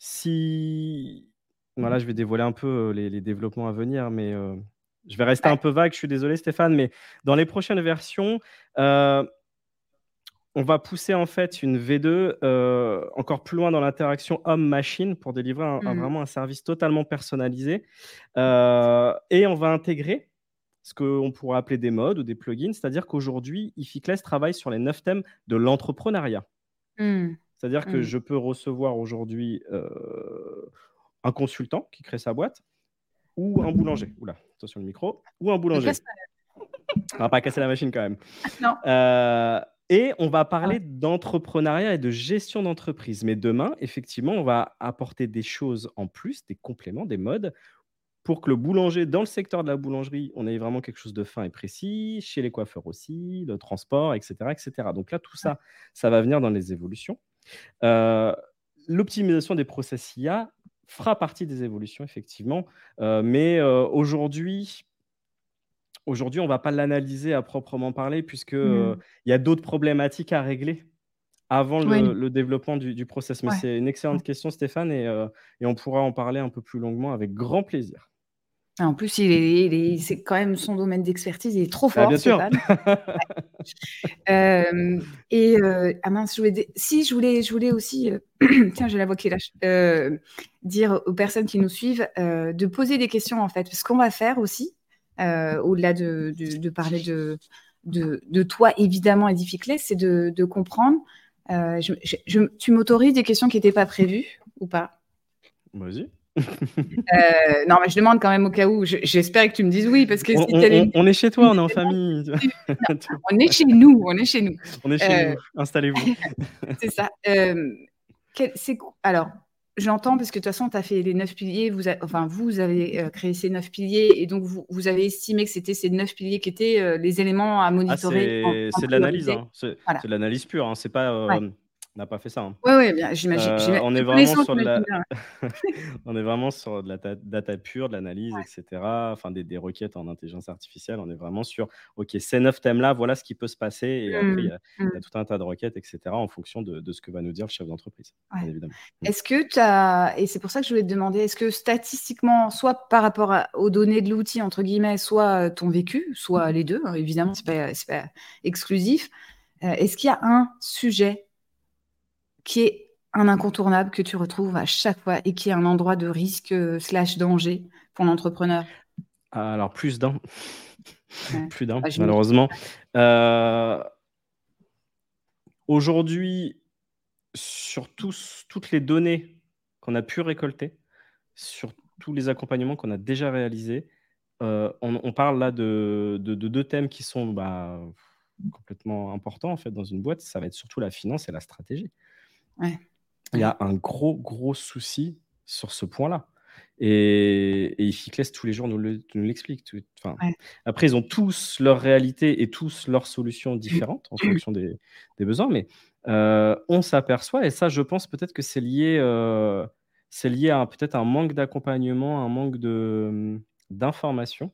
Si... Voilà, je vais dévoiler un peu les développements à venir, mais je vais rester un Ouais. peu vague. Je suis désolé, Stéphane, mais dans les prochaines versions, euh, on va pousser en fait une V2 encore plus loin dans l'interaction homme-machine pour délivrer Mm. vraiment un service totalement personnalisé. Et on va intégrer ce qu'on pourrait appeler des modes ou des plugins, c'est-à-dire qu'aujourd'hui, Ificless travaille sur les 9 thèmes de l'entrepreneuriat. Mm. C'est-à-dire que Mm. je peux recevoir aujourd'hui un consultant qui crée sa boîte ou un boulanger. Oula, attention le micro. Ou un Ne boulanger. casse pas. On va pas casser la machine quand même. Non. Et on va Ah ouais. parler d'entrepreneuriat et de gestion d'entreprise. Mais demain, effectivement, on va apporter des choses en plus, des compléments, des modes, pour que le boulanger, dans le secteur de la boulangerie, on ait vraiment quelque chose de fin et précis, chez les coiffeurs aussi, le transport, etc. etc. Donc là, tout ça, ça va venir dans les évolutions. Euh, L'optimisation des process IA fera partie des évolutions, effectivement. Mais aujourd'hui, on ne va pas l'analyser à proprement parler, puisque Mm. il y a d'autres problématiques à régler avant Oui. le développement du process. Mais Ouais. c'est une excellente question, Stéphane, et on pourra en parler un peu plus longuement avec grand plaisir. Ah, en plus, c'est quand même son domaine d'expertise. Il est trop Bah, fort, bien sûr. Stéphane. Ah mince, si je voulais aussi, tiens, j'ai la voix qui lâche, dire aux personnes qui nous suivent de poser des questions en fait. Ce qu'on va faire aussi, au-delà de parler de toi évidemment, Edificless, c'est de comprendre. Tu m'autorises des questions qui n'étaient pas prévues ou pas? Vas-y. Non, mais je demande quand même au cas où. J'espère que tu me dises oui, parce que On, si tu as on est chez toi, on est en famille. non, on est chez nous, on est chez nous. On est chez Euh, nous. Installez-vous. c'est ça. Alors, j'entends parce que de toute façon, tu as fait les 9 piliers, enfin, vous avez créé ces 9 piliers et donc vous avez estimé que c'était ces 9 piliers qui étaient les éléments à Ah, monitorer en c'est de l'analyse, priorité. hein. C'est Voilà. de l'analyse pure, hein. C'est pas, Ouais. on n'a pas fait ça, hein. Ouais, ouais, bien, j'imagine. On est Te vraiment connaissant, sur de j'imagine la bien. on est vraiment sur de la data pure, de l'analyse, et Ouais. cetera, enfin des requêtes en intelligence artificielle. On est vraiment sur, OK, ces 9 thèmes-là, voilà ce qui peut se passer, et après Mm, il y a mm, tout un tas de requêtes, et cetera, en fonction de ce que va nous dire le chef d'entreprise, ouais. bien évidemment. Est-ce que tu as, et c'est pour ça que je voulais te demander, est-ce que statistiquement, soit par rapport aux données de l'outil, entre guillemets, soit ton vécu, soit les deux, hein, évidemment, c'est pas exclusif, est-ce qu'il y a un sujet qui est un incontournable que tu retrouves à chaque fois et qui est un endroit de risque slash danger pour l'entrepreneur? Alors plus d'un, Ouais. plus d'un, Ah, j'imagine. malheureusement. Heu, Aujourd'hui, sur toutes les données qu'on a pu récolter, sur tous les accompagnements qu'on a déjà réalisés, on parle là de 2 thèmes qui sont, bah, complètement important en fait dans une boîte, ça va être surtout la finance et la stratégie. Ouais. Il y a un gros souci sur ce point-là. Et Ificless, tous les jours, nous l'explique. Enfin, Ouais. après, ils ont tous leur réalité et tous leurs solutions différentes en fonction des besoins. Mais on s'aperçoit, et ça, je pense peut-être que c'est lié à peut-être un manque d'accompagnement, un manque d'information.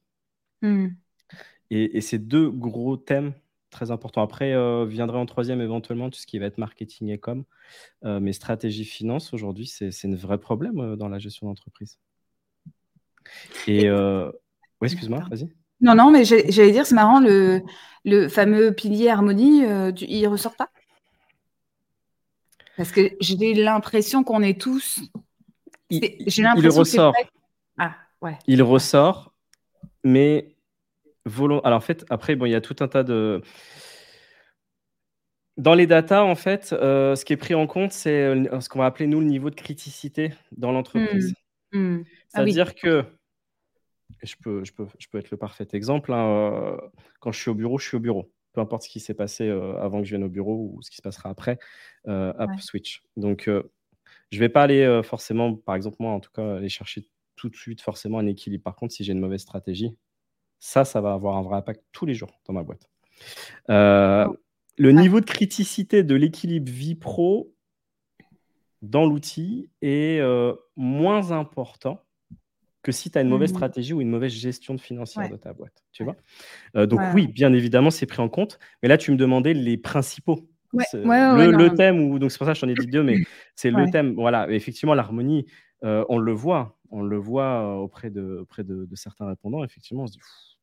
Et c'est deux gros thèmes très importants. Après, viendrait en troisième éventuellement tout ce qui va être marketing et com. Mais stratégie finance, aujourd'hui, c'est un vrai problème dans la gestion d'entreprise. Et oui, excuse-moi, vas-y. Non, mais j'allais dire, c'est marrant, le fameux pilier harmonie, il ressort pas? Parce que j'ai l'impression qu'on est tous. J'ai l'impression que c'est ressort. vrai. Ah, ouais. Il ressort, mais alors en fait, après, bon, il y a tout un tas de. Dans les datas, en fait, ce qui est pris en compte, c'est ce qu'on va appeler, nous, le niveau de criticité dans l'entreprise. C'est-à-dire que, je peux être le parfait exemple, hein, quand je suis au bureau, je suis au bureau. Peu importe ce qui s'est passé avant que je vienne au bureau ou ce qui se passera après, switch. Donc, je ne vais pas aller forcément, par exemple, moi, en tout cas, aller chercher tout de suite forcément un équilibre. Par contre, si j'ai une mauvaise stratégie, ça va avoir un vrai impact tous les jours dans ma boîte. Le niveau de criticité de l'équilibre vie pro dans l'outil est moins important que si tu as une mauvaise stratégie ou une mauvaise gestion financière de ta boîte. Tu vois donc oui, bien évidemment, c'est pris en compte. Mais là, tu me demandais les principaux. Le thème, donc c'est pour ça que je t'en ai dit deux, mais c'est le thème. Voilà, effectivement, l'harmonie, on le voit auprès de certains répondants. Effectivement, on se dit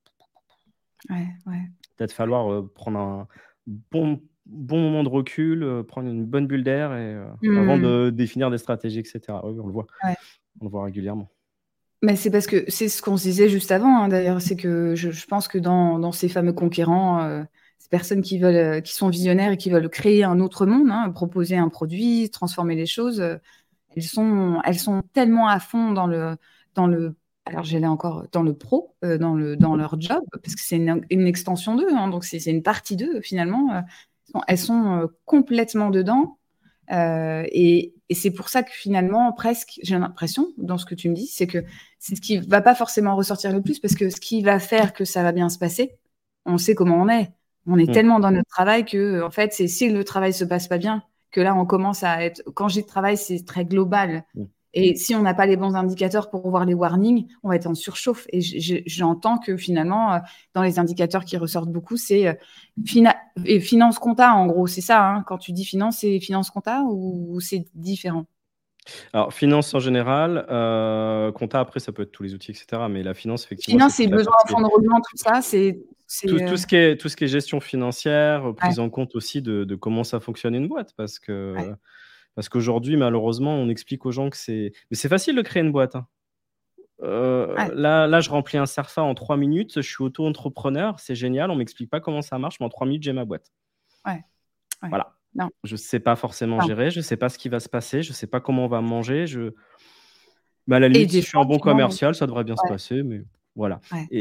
peut-être falloir prendre un bon moment de recul, prendre une bonne bulle d'air avant de définir des stratégies, etc. Oui, on le voit. On le voit régulièrement. Mais c'est parce que c'est ce qu'on se disait juste avant, hein, d'ailleurs, c'est que je pense que dans ces fameux conquérants, ces personnes qui sont visionnaires et qui veulent créer un autre monde, hein, proposer un produit, transformer les choses, elles sont tellement à fond dans le alors j'allais encore dans le pro, dans leur job, parce que c'est une extension d'eux, hein, donc c'est une partie d'eux finalement. Elles sont complètement dedans. Et c'est pour ça que finalement, presque, j'ai l'impression, dans ce que tu me dis, c'est que c'est ce qui va pas forcément ressortir le plus, parce que ce qui va faire que ça va bien se passer, on sait comment on est. On est tellement dans notre travail que, en fait, c'est si le travail se passe pas bien, que là, on commence à être. Quand je dis travail, c'est très global. Et si on n'a pas les bons indicateurs pour voir les warnings, on va être en surchauffe. Et j'entends que finalement, dans les indicateurs qui ressortent beaucoup, c'est finance compta, en gros. C'est ça, hein. Quand tu dis finance, c'est finance compta ou c'est différent? Alors, finance en général, compta, après, ça peut être tous les outils, etc. Mais la finance, effectivement, finance, c'est besoin en fonds de roulement, tout ça. Tout ce qui est gestion financière, prise en compte aussi de comment ça fonctionne une boîte. Parce qu'aujourd'hui, malheureusement, on explique aux gens que c'est facile de créer une boîte. Hein. Là, je remplis un CERFA en 3 minutes, je suis auto-entrepreneur, c'est génial, on ne m'explique pas comment ça marche, mais en 3 minutes, j'ai ma boîte. Voilà. Non. Je ne sais pas forcément gérer, je ne sais pas ce qui va se passer, je ne sais pas comment on va manger. À la limite, si je suis un bon commercial, ça devrait bien se passer, mais voilà.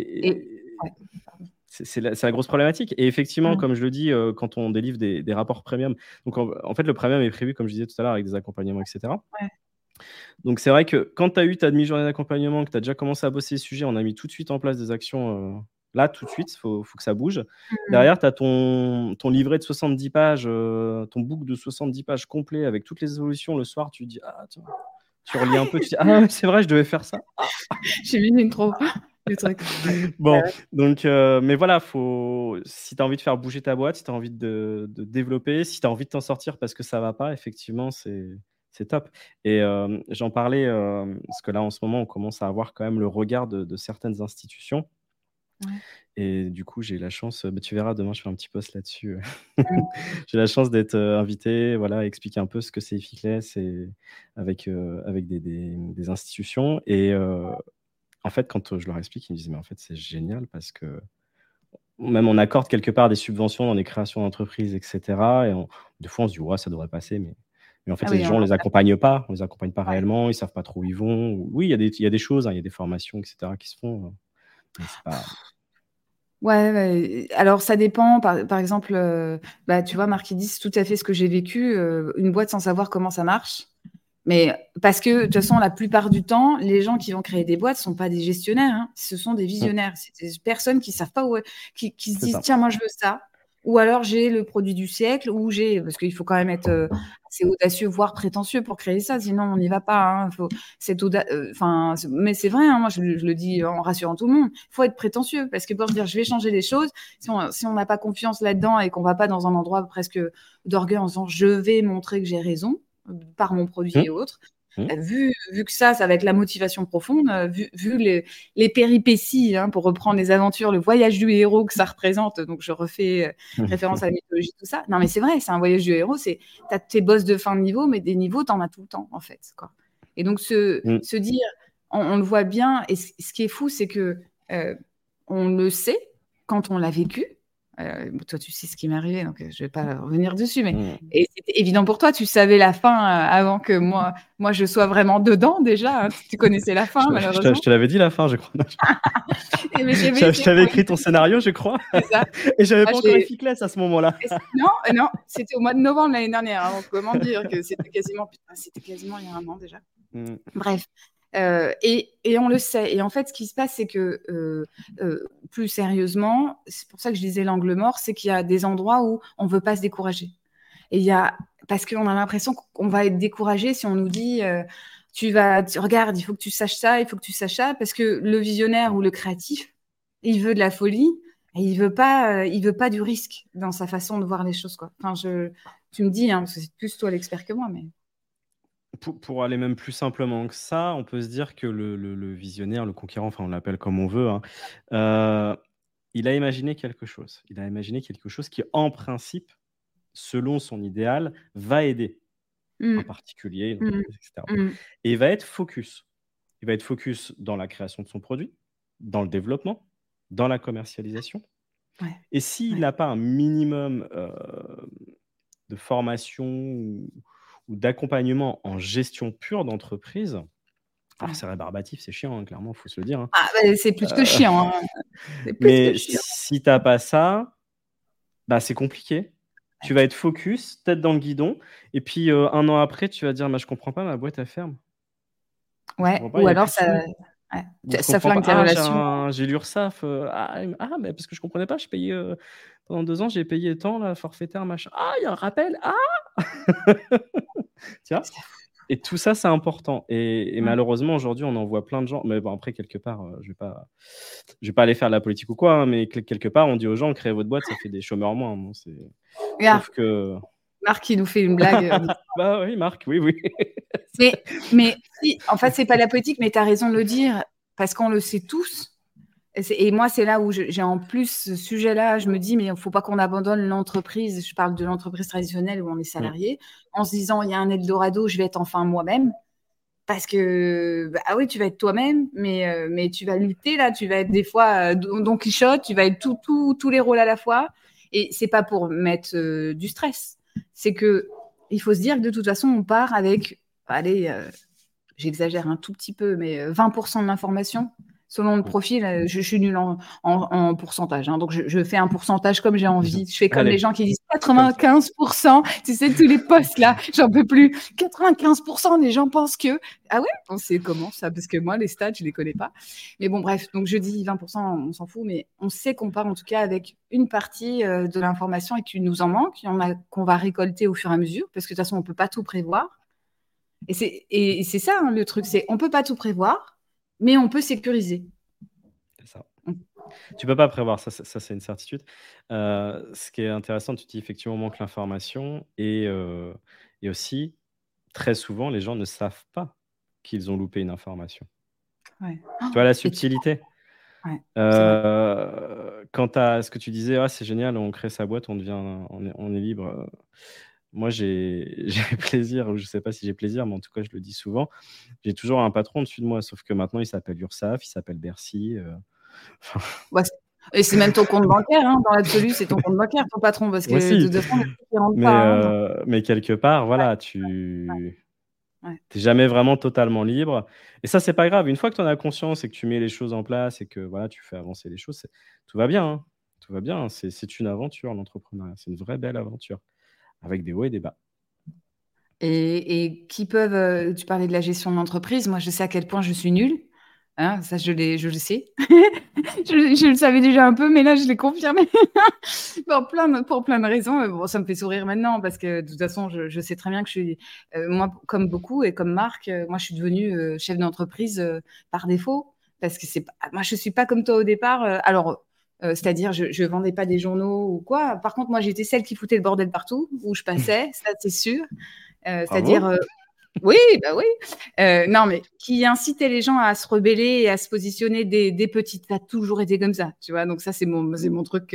C'est la grosse problématique. Et effectivement, comme je le dis, quand on délivre des rapports premium, donc en fait, le premium est prévu, comme je disais tout à l'heure, avec des accompagnements, etc. Donc, c'est vrai que quand tu as eu ta demi-journée d'accompagnement, que tu as déjà commencé à bosser les sujets, on a mis tout de suite en place des actions. Là, tout de suite, il faut que ça bouge. Derrière, tu as ton livret de 70 pages, ton book de 70 pages complet avec toutes les évolutions. Le soir, tu dis, ah, tiens, tu relis un peu, tu dis, ah, c'est vrai, je devais faire ça. J'ai mis une trop. Bon, donc, mais voilà, si tu as envie de faire bouger ta boîte, si tu as envie de développer, si tu as envie de t'en sortir parce que ça ne va pas, effectivement, c'est top. Et j'en parlais parce que là, en ce moment, on commence à avoir quand même le regard de certaines institutions. Et du coup, j'ai la chance, tu verras, demain, je fais un petit post là-dessus. J'ai la chance d'être invité, voilà, expliquer un peu ce que c'est Ificless et avec des institutions. Et en fait, quand je leur explique, ils me disent, mais en fait, c'est génial parce que même on accorde quelque part des subventions dans des créations d'entreprises, etc. Et des fois, on se dit, ouais, ça devrait passer, mais en fait, les gens, on ne les accompagne pas. On ne les accompagne pas réellement. Ils ne savent pas trop où ils vont. Oui, il y a des choses, il y a des formations, etc. qui se font. Mais c'est pas... Ouais, ouais, alors ça dépend. Par exemple, bah, tu vois, Marquis c'est tout à fait ce que j'ai vécu, une boîte sans savoir comment ça marche. Mais parce que de toute façon, la plupart du temps, les gens qui vont créer des boîtes sont pas des gestionnaires, hein. Ce sont des Mm, visionnaires. C'est des personnes qui savent pas qui se c'est disent, ça. tiens, moi je veux ça. Ou alors j'ai le produit du siècle, ou j'ai, parce qu'il faut quand même être assez audacieux, voire prétentieux pour créer ça, sinon on n'y va pas, hein. Enfin, mais c'est vrai, hein, moi je le dis en rassurant tout le monde. Il faut être prétentieux parce que pour se dire, je vais changer les choses, si on n'a pas confiance là-dedans et qu'on va pas dans un endroit presque d'orgueil en disant, je vais montrer que j'ai raison par mon produit Mm, et autres. mm. Vu que ça va être la motivation profonde, vu les péripéties, hein, pour reprendre les aventures, le voyage du héros que ça représente, donc je refais référence à la mythologie, tout ça. Non, mais c'est vrai, c'est un voyage du héros, tu as tes boss de fin de niveau, mais des niveaux, tu en as tout le temps, en fait, quoi. Et donc, Mm. se dire, on le voit bien, et ce qui est fou, c'est que on le sait quand on l'a vécu. Toi, tu sais ce qui m'est arrivé, donc je vais pas revenir dessus, mais Mm. et c'était évident pour toi, tu savais la fin avant que moi je sois vraiment dedans déjà, hein. Tu connaissais la fin, Je malheureusement. te l'avais dit la fin, je crois. Mais j'avais Je essayé t'avais pour écrit ton scénario, je crois. c'est ça. Et j'avais Moi, pas encore Efficless à ce moment-là. non, non, c'était au mois de novembre l'année dernière, hein, donc comment dire que c'était quasiment il y a un an déjà. Mm. Bref, et on le sait. Et en fait, ce qui se passe, c'est que plus sérieusement, c'est pour ça que je disais l'angle mort, c'est qu'il y a des endroits où on veut pas se décourager. Et parce qu'on a l'impression qu'on va être découragé si on nous dit, regarde, il faut que tu saches ça, il faut que tu saches ça, parce que le visionnaire ou le créatif, il veut de la folie et il veut pas du risque dans sa façon de voir les choses, quoi. Enfin, tu me dis, hein, parce que c'est plus toi l'expert que moi, mais Pour aller même plus simplement que ça, on peut se dire que le visionnaire, le conquérant, enfin on l'appelle comme on veut, hein, heu, il a imaginé quelque chose. Il a imaginé quelque chose qui, en principe, selon son idéal, va aider un Mmh, particulier, une mmh, entreprise et cetera. mmh. Et il va être focus. Il va être focus dans la création de son produit, dans le développement, dans la commercialisation. Ouais, Et s'il ouais. n'a pas un minimum, de formation ou d'accompagnement en gestion pure d'entreprise, alors Ouais. c'est rébarbatif, c'est chiant, hein, clairement, il faut se le dire, hein. Ah, bah, c'est plus que chiant, hein. C'est plus que Mais chiant. si tu as pas ça, bah, c'est compliqué. Ouais, Tu vas être focus, tête dans le guidon et puis, 1 an après, tu vas dire: «Bah, je comprends pas, ma boîte, elle ferme. Je ouais, comprends pas, il ou y a alors plus de ça sous». ouais, Ou je ça comprends pas: flingue tes «Ah, relations. j'ai l'Urssaf, mais parce que je comprenais pas, j'ai payé, pendant 2 ans, j'ai payé tant là, forfaitaire, machin. Ah, il y a un rappel, ah!» Tu vois? Et tout ça, c'est important et Mmh. malheureusement, aujourd'hui, on en voit plein de gens mais bon, après, quelque part, je vais pas aller faire de la politique ou quoi, hein, mais quelque part, on dit aux gens: «Créez votre boîte, ça fait des chômeurs en moins». Bon, Regarde, sauf que Marc, il nous fait une blague, bah, oui, Marc, oui, oui. mais si, en fait, c'est pas la politique, mais tu as raison de le dire, parce qu'on le sait tous. Et moi, c'est là où j'ai en plus ce sujet-là, je me dis, mais il ne faut pas qu'on abandonne l'entreprise. Je parle de l'entreprise traditionnelle où on est Mmh, salarié, en se disant, il y a un Eldorado, je vais être enfin moi-même. Parce que, bah, ah oui, tu vas être toi-même, mais tu vas lutter là, tu vas être des fois Don Quichotte, tu vas être tous les rôles à la fois. Et c'est pas pour mettre du stress. C'est que il faut se dire que de toute façon, on part avec, allez, j'exagère un tout petit peu, mais 20% de l'information. Selon le mmh. profil, je suis nulle en pourcentage, hein, donc je fais un pourcentage comme j'ai envie. Je fais comme les Allez, gens qui disent comme ça. 95%. Tu sais, tous les postes là, j'en peux plus. 95% des gens pensent que. Ah ouais? On sait comment ça? Parce que moi, les stats, je les connais pas. Mais bon, bref, donc je dis 20%, on s'en fout, mais on sait qu'on part en tout cas avec une partie de l'information et qu'il nous en manque. Il y en a qu'on va récolter au fur et à mesure, parce que de toute façon, on peut pas tout prévoir. Et c'est ça, hein, le truc, c'est on peut pas tout prévoir, mais on peut sécuriser. C'est ça. On- Tu peux pas prévoir, ça c'est une certitude. Ce qui est intéressant, tu dis effectivement, manque l'information et aussi, très souvent, les gens ne savent pas qu'ils ont loupé une information. Ouais. Tu vois la Et tu, subtilité? ouais, c'est vrai. Quant à ce que tu disais: «Ah, c'est génial, on crée sa boîte, on est libre», moi j'ai plaisir ou je sais pas si j'ai plaisir, mais en tout cas, je le dis souvent, j'ai toujours un patron au-dessus de moi, sauf que maintenant il s'appelle Urssaf, il s'appelle Bercy, enfin Ouais, et c'est même ton compte bancaire, hein, dans l'absolu, c'est ton compte bancaire, ton patron, parce que de aussi, toute façon, les trucs, ils rentrent pas. Hein, donc, mais quelque part, ouais, voilà, tu ouais. es jamais vraiment totalement libre et ça, c'est pas grave. Une fois que tu en as conscience et que tu mets les choses en place et que voilà, tu fais avancer les choses, tout va bien, hein. tout va bien. C'est une aventure, l'entrepreneuriat. C'est une vraie belle aventure, avec des hauts et des bas. Et qui peuvent, tu parlais de la gestion de l'entreprise, moi je sais à quel point je suis nulle, hein, ça je le sais. Je le savais déjà un peu, mais là je l'ai confirmé pour plein de raisons. Bon, ça me fait sourire maintenant parce que de toute façon je sais très bien que je suis, moi comme beaucoup et comme Marc, moi je suis devenue chef d'entreprise par défaut parce que moi je suis pas comme toi au départ. Alors c'est-à-dire je vendais pas des journaux ou quoi. Par contre moi j'étais celle qui foutait le bordel partout où je passais, ça c'est sûr. Ah C'est-à-dire, bon? oui, bah oui. Non, mais qui incitait les gens à se rebeller et à se positionner des petites. Ça a toujours été comme ça, tu vois. Donc ça, c'est mon truc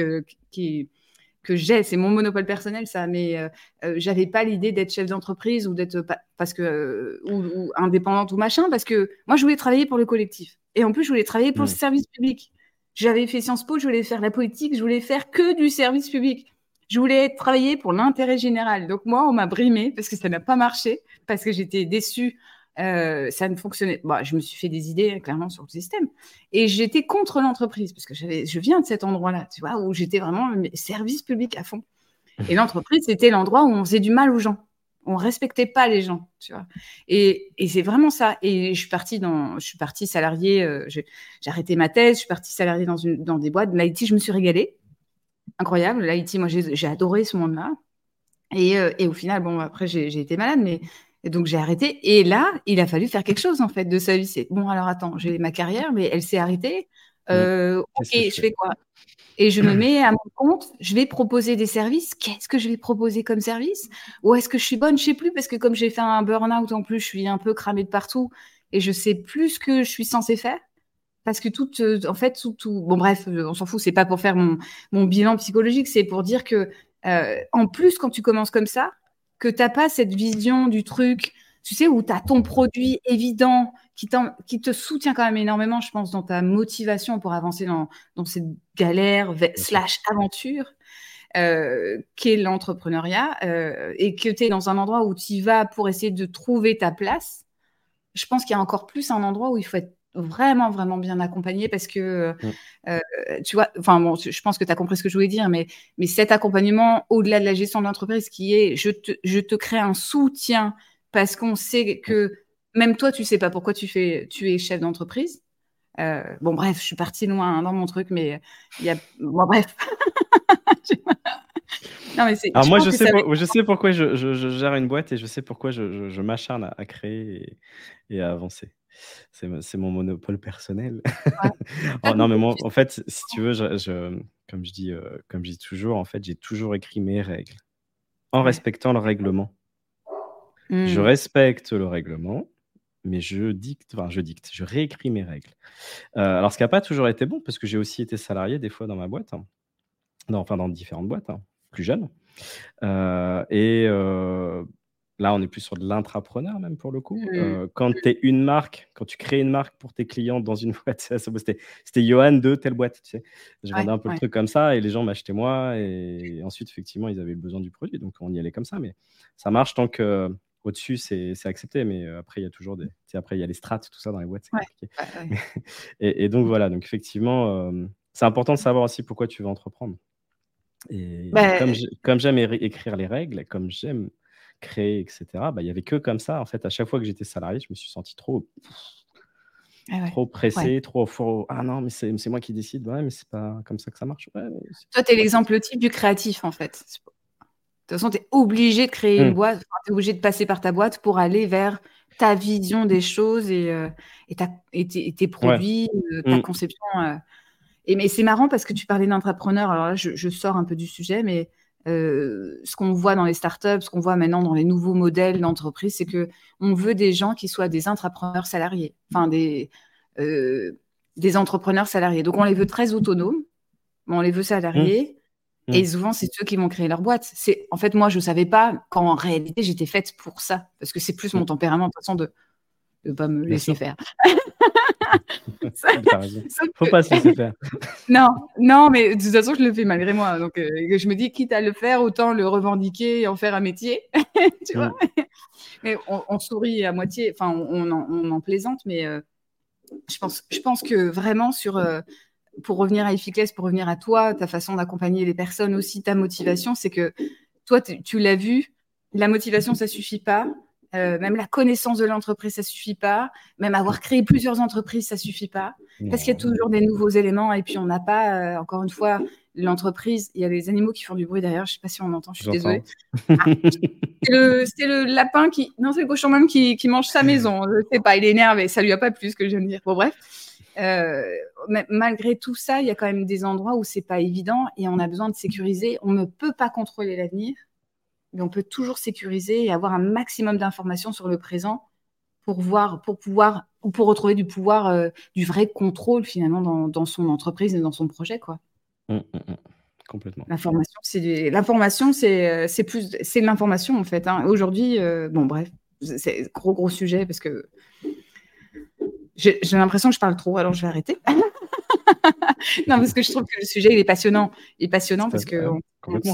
que j'ai. C'est mon monopole personnel, ça. Mais j'avais pas l'idée d'être chef d'entreprise ou d'être parce que ou indépendante ou machin, parce que moi, je voulais travailler pour le collectif. Et en plus, je voulais travailler pour le service public. J'avais fait Sciences Po, je voulais faire la politique, je voulais faire que du service public. Je voulais travailler pour l'intérêt général. Donc moi, on m'a brimée parce que ça n'a pas marché, parce que j'étais déçue. Ça ne fonctionnait. Bon, je me suis fait des idées clairement sur le système. Et j'étais contre l'entreprise parce que je viens de cet endroit-là, tu vois, où j'étais vraiment service public à fond. Et l'entreprise, c'était l'endroit où on faisait du mal aux gens. On respectait pas les gens, tu vois. Et c'est vraiment ça. Et je suis partie salariée. J'ai arrêté ma thèse. Je suis partie salariée dans des boîtes. L'IT, je me suis régalée. Incroyable. L'IT, moi, j'ai adoré ce monde-là. Et au final, bon, après, j'ai été malade, mais et donc j'ai arrêté. Et là, il a fallu faire quelque chose, en fait, de sa vie. C'est bon, alors attends, j'ai ma carrière, mais elle s'est arrêtée. Ok, Qu'est-ce que je je fais? fais quoi? Et je me mets à mon compte, je vais proposer des services. Qu'est-ce que je vais proposer comme service? Ou est-ce que je suis bonne? Je sais plus, parce que comme j'ai fait un burn-out en plus, je suis un peu cramée de partout et je sais plus ce que je suis censée faire. Parce que en fait, bon bref, on s'en fout, c'est pas pour faire mon bilan psychologique, c'est pour dire que, en plus, quand tu commences comme ça, que t'as pas cette vision du truc, tu sais, où tu as ton produit évident qui te soutient quand même énormément, je pense, dans ta motivation pour avancer dans cette galère Bien sûr. slash aventure, qu'est l'entrepreneuriat, et que tu es dans un endroit où tu y vas pour essayer de trouver ta place. Je pense qu'il y a encore plus un endroit où il faut être vraiment, vraiment bien accompagné parce que, Mmh. tu vois, enfin bon, je pense que tu as compris ce que je voulais dire, mais cet accompagnement, au-delà de la gestion de l'entreprise, qui est je te crée un soutien parce qu'on sait Mmh. que même toi, tu sais pas pourquoi tu es chef d'entreprise. Bon, bref, je suis partie loin dans mon truc, mais il y a, bon, bref. Non, mais Alors je moi, pense que ça va être. je sais pourquoi je gère une boîte et je sais pourquoi je m'acharne à créer et à avancer. C'est mon monopole personnel. Ouais. Oh non, mais moi, en fait, si tu veux, comme je dis toujours, en fait, j'ai toujours écrit mes règles en Ouais. respectant le règlement. Je Mmh. respecte le règlement, mais je dicte, je réécris mes règles. Alors ce qui a pas toujours été bon, parce que j'ai aussi été salarié des fois dans ma boîte, hein, dans différentes boîtes, hein, plus jeune. Là, on est plus sur de l'intrapreneur même pour le coup. Mmh. Quand tu es une marque, quand tu crées une marque pour tes clients dans une boîte, c'était Johan de telle boîte, tu sais? Je Ouais, vendais un peu le ouais. truc comme ça et les gens m'achetaient moi et ensuite effectivement, ils avaient le besoin du produit, donc on y allait comme ça. Mais ça marche tant que au-dessus, c'est accepté, mais après il y a toujours tu sais, après il y a les strates, tout ça dans les boîtes, c'est Ouais, compliqué. ouais, ouais. Et donc voilà, donc effectivement, c'est important de savoir aussi pourquoi tu veux entreprendre. Et Bah, comme j'aime écrire les règles, comme j'aime créer et cetera, bah, il y avait que comme ça, en fait, à chaque fois que j'étais salarié, je me suis senti ah ouais. trop Ouais. pressé, trop faut: «Ah non, mais c'est moi qui décide». Ouais, mais c'est pas comme ça que ça marche. Ouais, mais Toi, tu es c'est pas comme ça. l'exemple type du créatif, en fait. De toute façon, tu es obligé de créer une Mmh, boîte, enfin, tu es obligé de passer par ta boîte pour aller vers ta vision des choses et tes ouais. produits, ta Mmh, conception. Mais c'est marrant parce que tu parlais d'entrepreneurs. Alors là, je sors un peu du sujet, mais ce qu'on voit dans les startups, ce qu'on voit maintenant dans les nouveaux modèles d'entreprise, c'est que on veut des gens qui soient des intrapreneurs salariés, enfin des entrepreneurs salariés. Donc on les veut très autonomes, mais on les veut mmh, salariés. mmh. Et souvent, c'est ceux qui vont créer leur boîte. En fait, moi, je ne savais pas qu'en réalité, j'étais faite pour ça. Parce que c'est plus Mmh, mon tempérament, de toute façon, de ne pas me bien laisser sûr. faire. Tu as raison. Sauf Faut que, pas se laisser faire. non, non, mais de toute façon, je le fais malgré moi. Donc, je me dis, quitte à le faire, autant le revendiquer et en faire un métier. Tu vois? Mmh, Mais on sourit à moitié, enfin, on en plaisante, mais je pense que vraiment pour revenir à Efficless, pour revenir à toi, ta façon d'accompagner les personnes aussi, ta motivation, c'est que toi, tu l'as vu, la motivation, ça suffit pas. Même la connaissance de l'entreprise, ça suffit pas. Même avoir créé plusieurs entreprises, ça suffit pas. Parce qu'il y a toujours des nouveaux éléments. Et puis, on n'a pas, encore une fois, l'entreprise. Il y a des animaux qui font du bruit derrière. Je sais pas si on entend. Je suis désolée. C'est le lapin qui. Non, c'est le cochon même qui mange sa maison. Je sais pas, il est énervé. Ça lui a pas plu ce que je viens de dire. Bon, bref. Malgré tout ça, il y a quand même des endroits où c'est pas évident et on a besoin de sécuriser. On ne peut pas contrôler l'avenir, mais on peut toujours sécuriser et avoir un maximum d'informations sur le présent pour pouvoir ou pour retrouver du pouvoir, du vrai contrôle finalement dans son entreprise et dans son projet, quoi. Complètement. L'information, c'est l'information en fait. Hein. Aujourd'hui, bon bref, c'est un gros sujet parce que j'ai l'impression que je parle trop, alors je vais arrêter. Non, parce que je trouve que le sujet il est passionnant. Il est passionnant parce que complètement.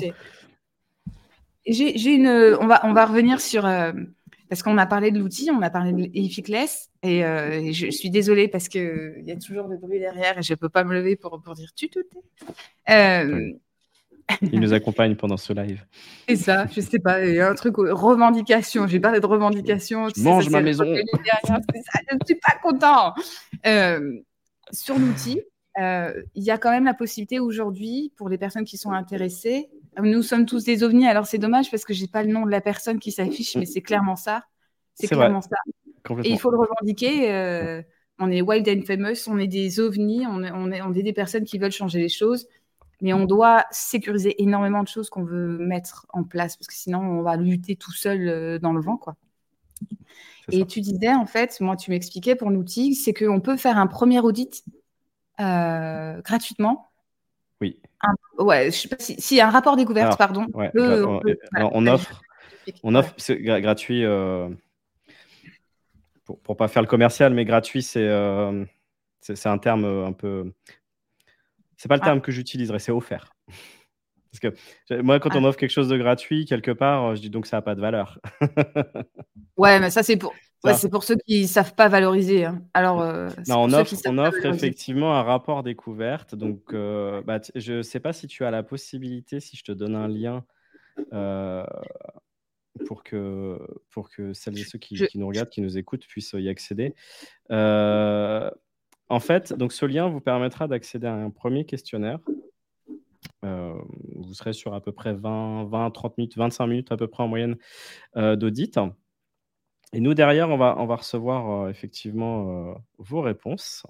On va revenir sur parce qu'on a parlé de l'outil, on a parlé de Efficless et je suis désolée parce que il y a toujours du bruit derrière et je peux pas me lever pour dire tu te tais. Il nous accompagne pendant ce live. C'est ça, je sais pas, il y a un truc revendication. J'ai parlé de revendication. Je mange ma maison. Je ne suis pas content. Sur l'outil, il y a quand même la possibilité aujourd'hui pour les personnes qui sont intéressées. Nous sommes tous des ovnis. Alors c'est dommage parce que j'ai pas le nom de la personne qui s'affiche, mais c'est clairement ça. C'est clairement ça. Et il faut le revendiquer. On est wild and famous, on est des ovnis, on est des personnes qui veulent changer les choses. Mais on doit sécuriser énormément de choses qu'on veut mettre en place parce que sinon, on va lutter tout seul dans le vent, quoi. Et tu disais, en fait, moi, tu m'expliquais pour l'outil, c'est qu'on peut faire un premier audit gratuitement. Oui. Ouais, je sais pas si un rapport découverte, pardon. Ouais, on offre, c'est gratuit. Pour pas faire le commercial, mais gratuit, c'est un terme un peu. C'est pas le terme que j'utiliserais, c'est offert. Parce que moi, quand on offre quelque chose de gratuit, quelque part, je dis donc ça n'a pas de valeur. Ouais, mais ça, c'est pour ceux qui ne savent pas valoriser. Hein. Alors, non, on offre effectivement un rapport découverte. Donc, je ne sais pas si tu as la possibilité, si je te donne un lien pour que celles et ceux qui nous regardent, qui nous écoutent, puissent y accéder. En fait, donc ce lien vous permettra d'accéder à un premier questionnaire. Vous serez sur à peu près 20, 30 minutes, 25 minutes à peu près en moyenne d'audit. Et nous, derrière, on va recevoir effectivement vos réponses.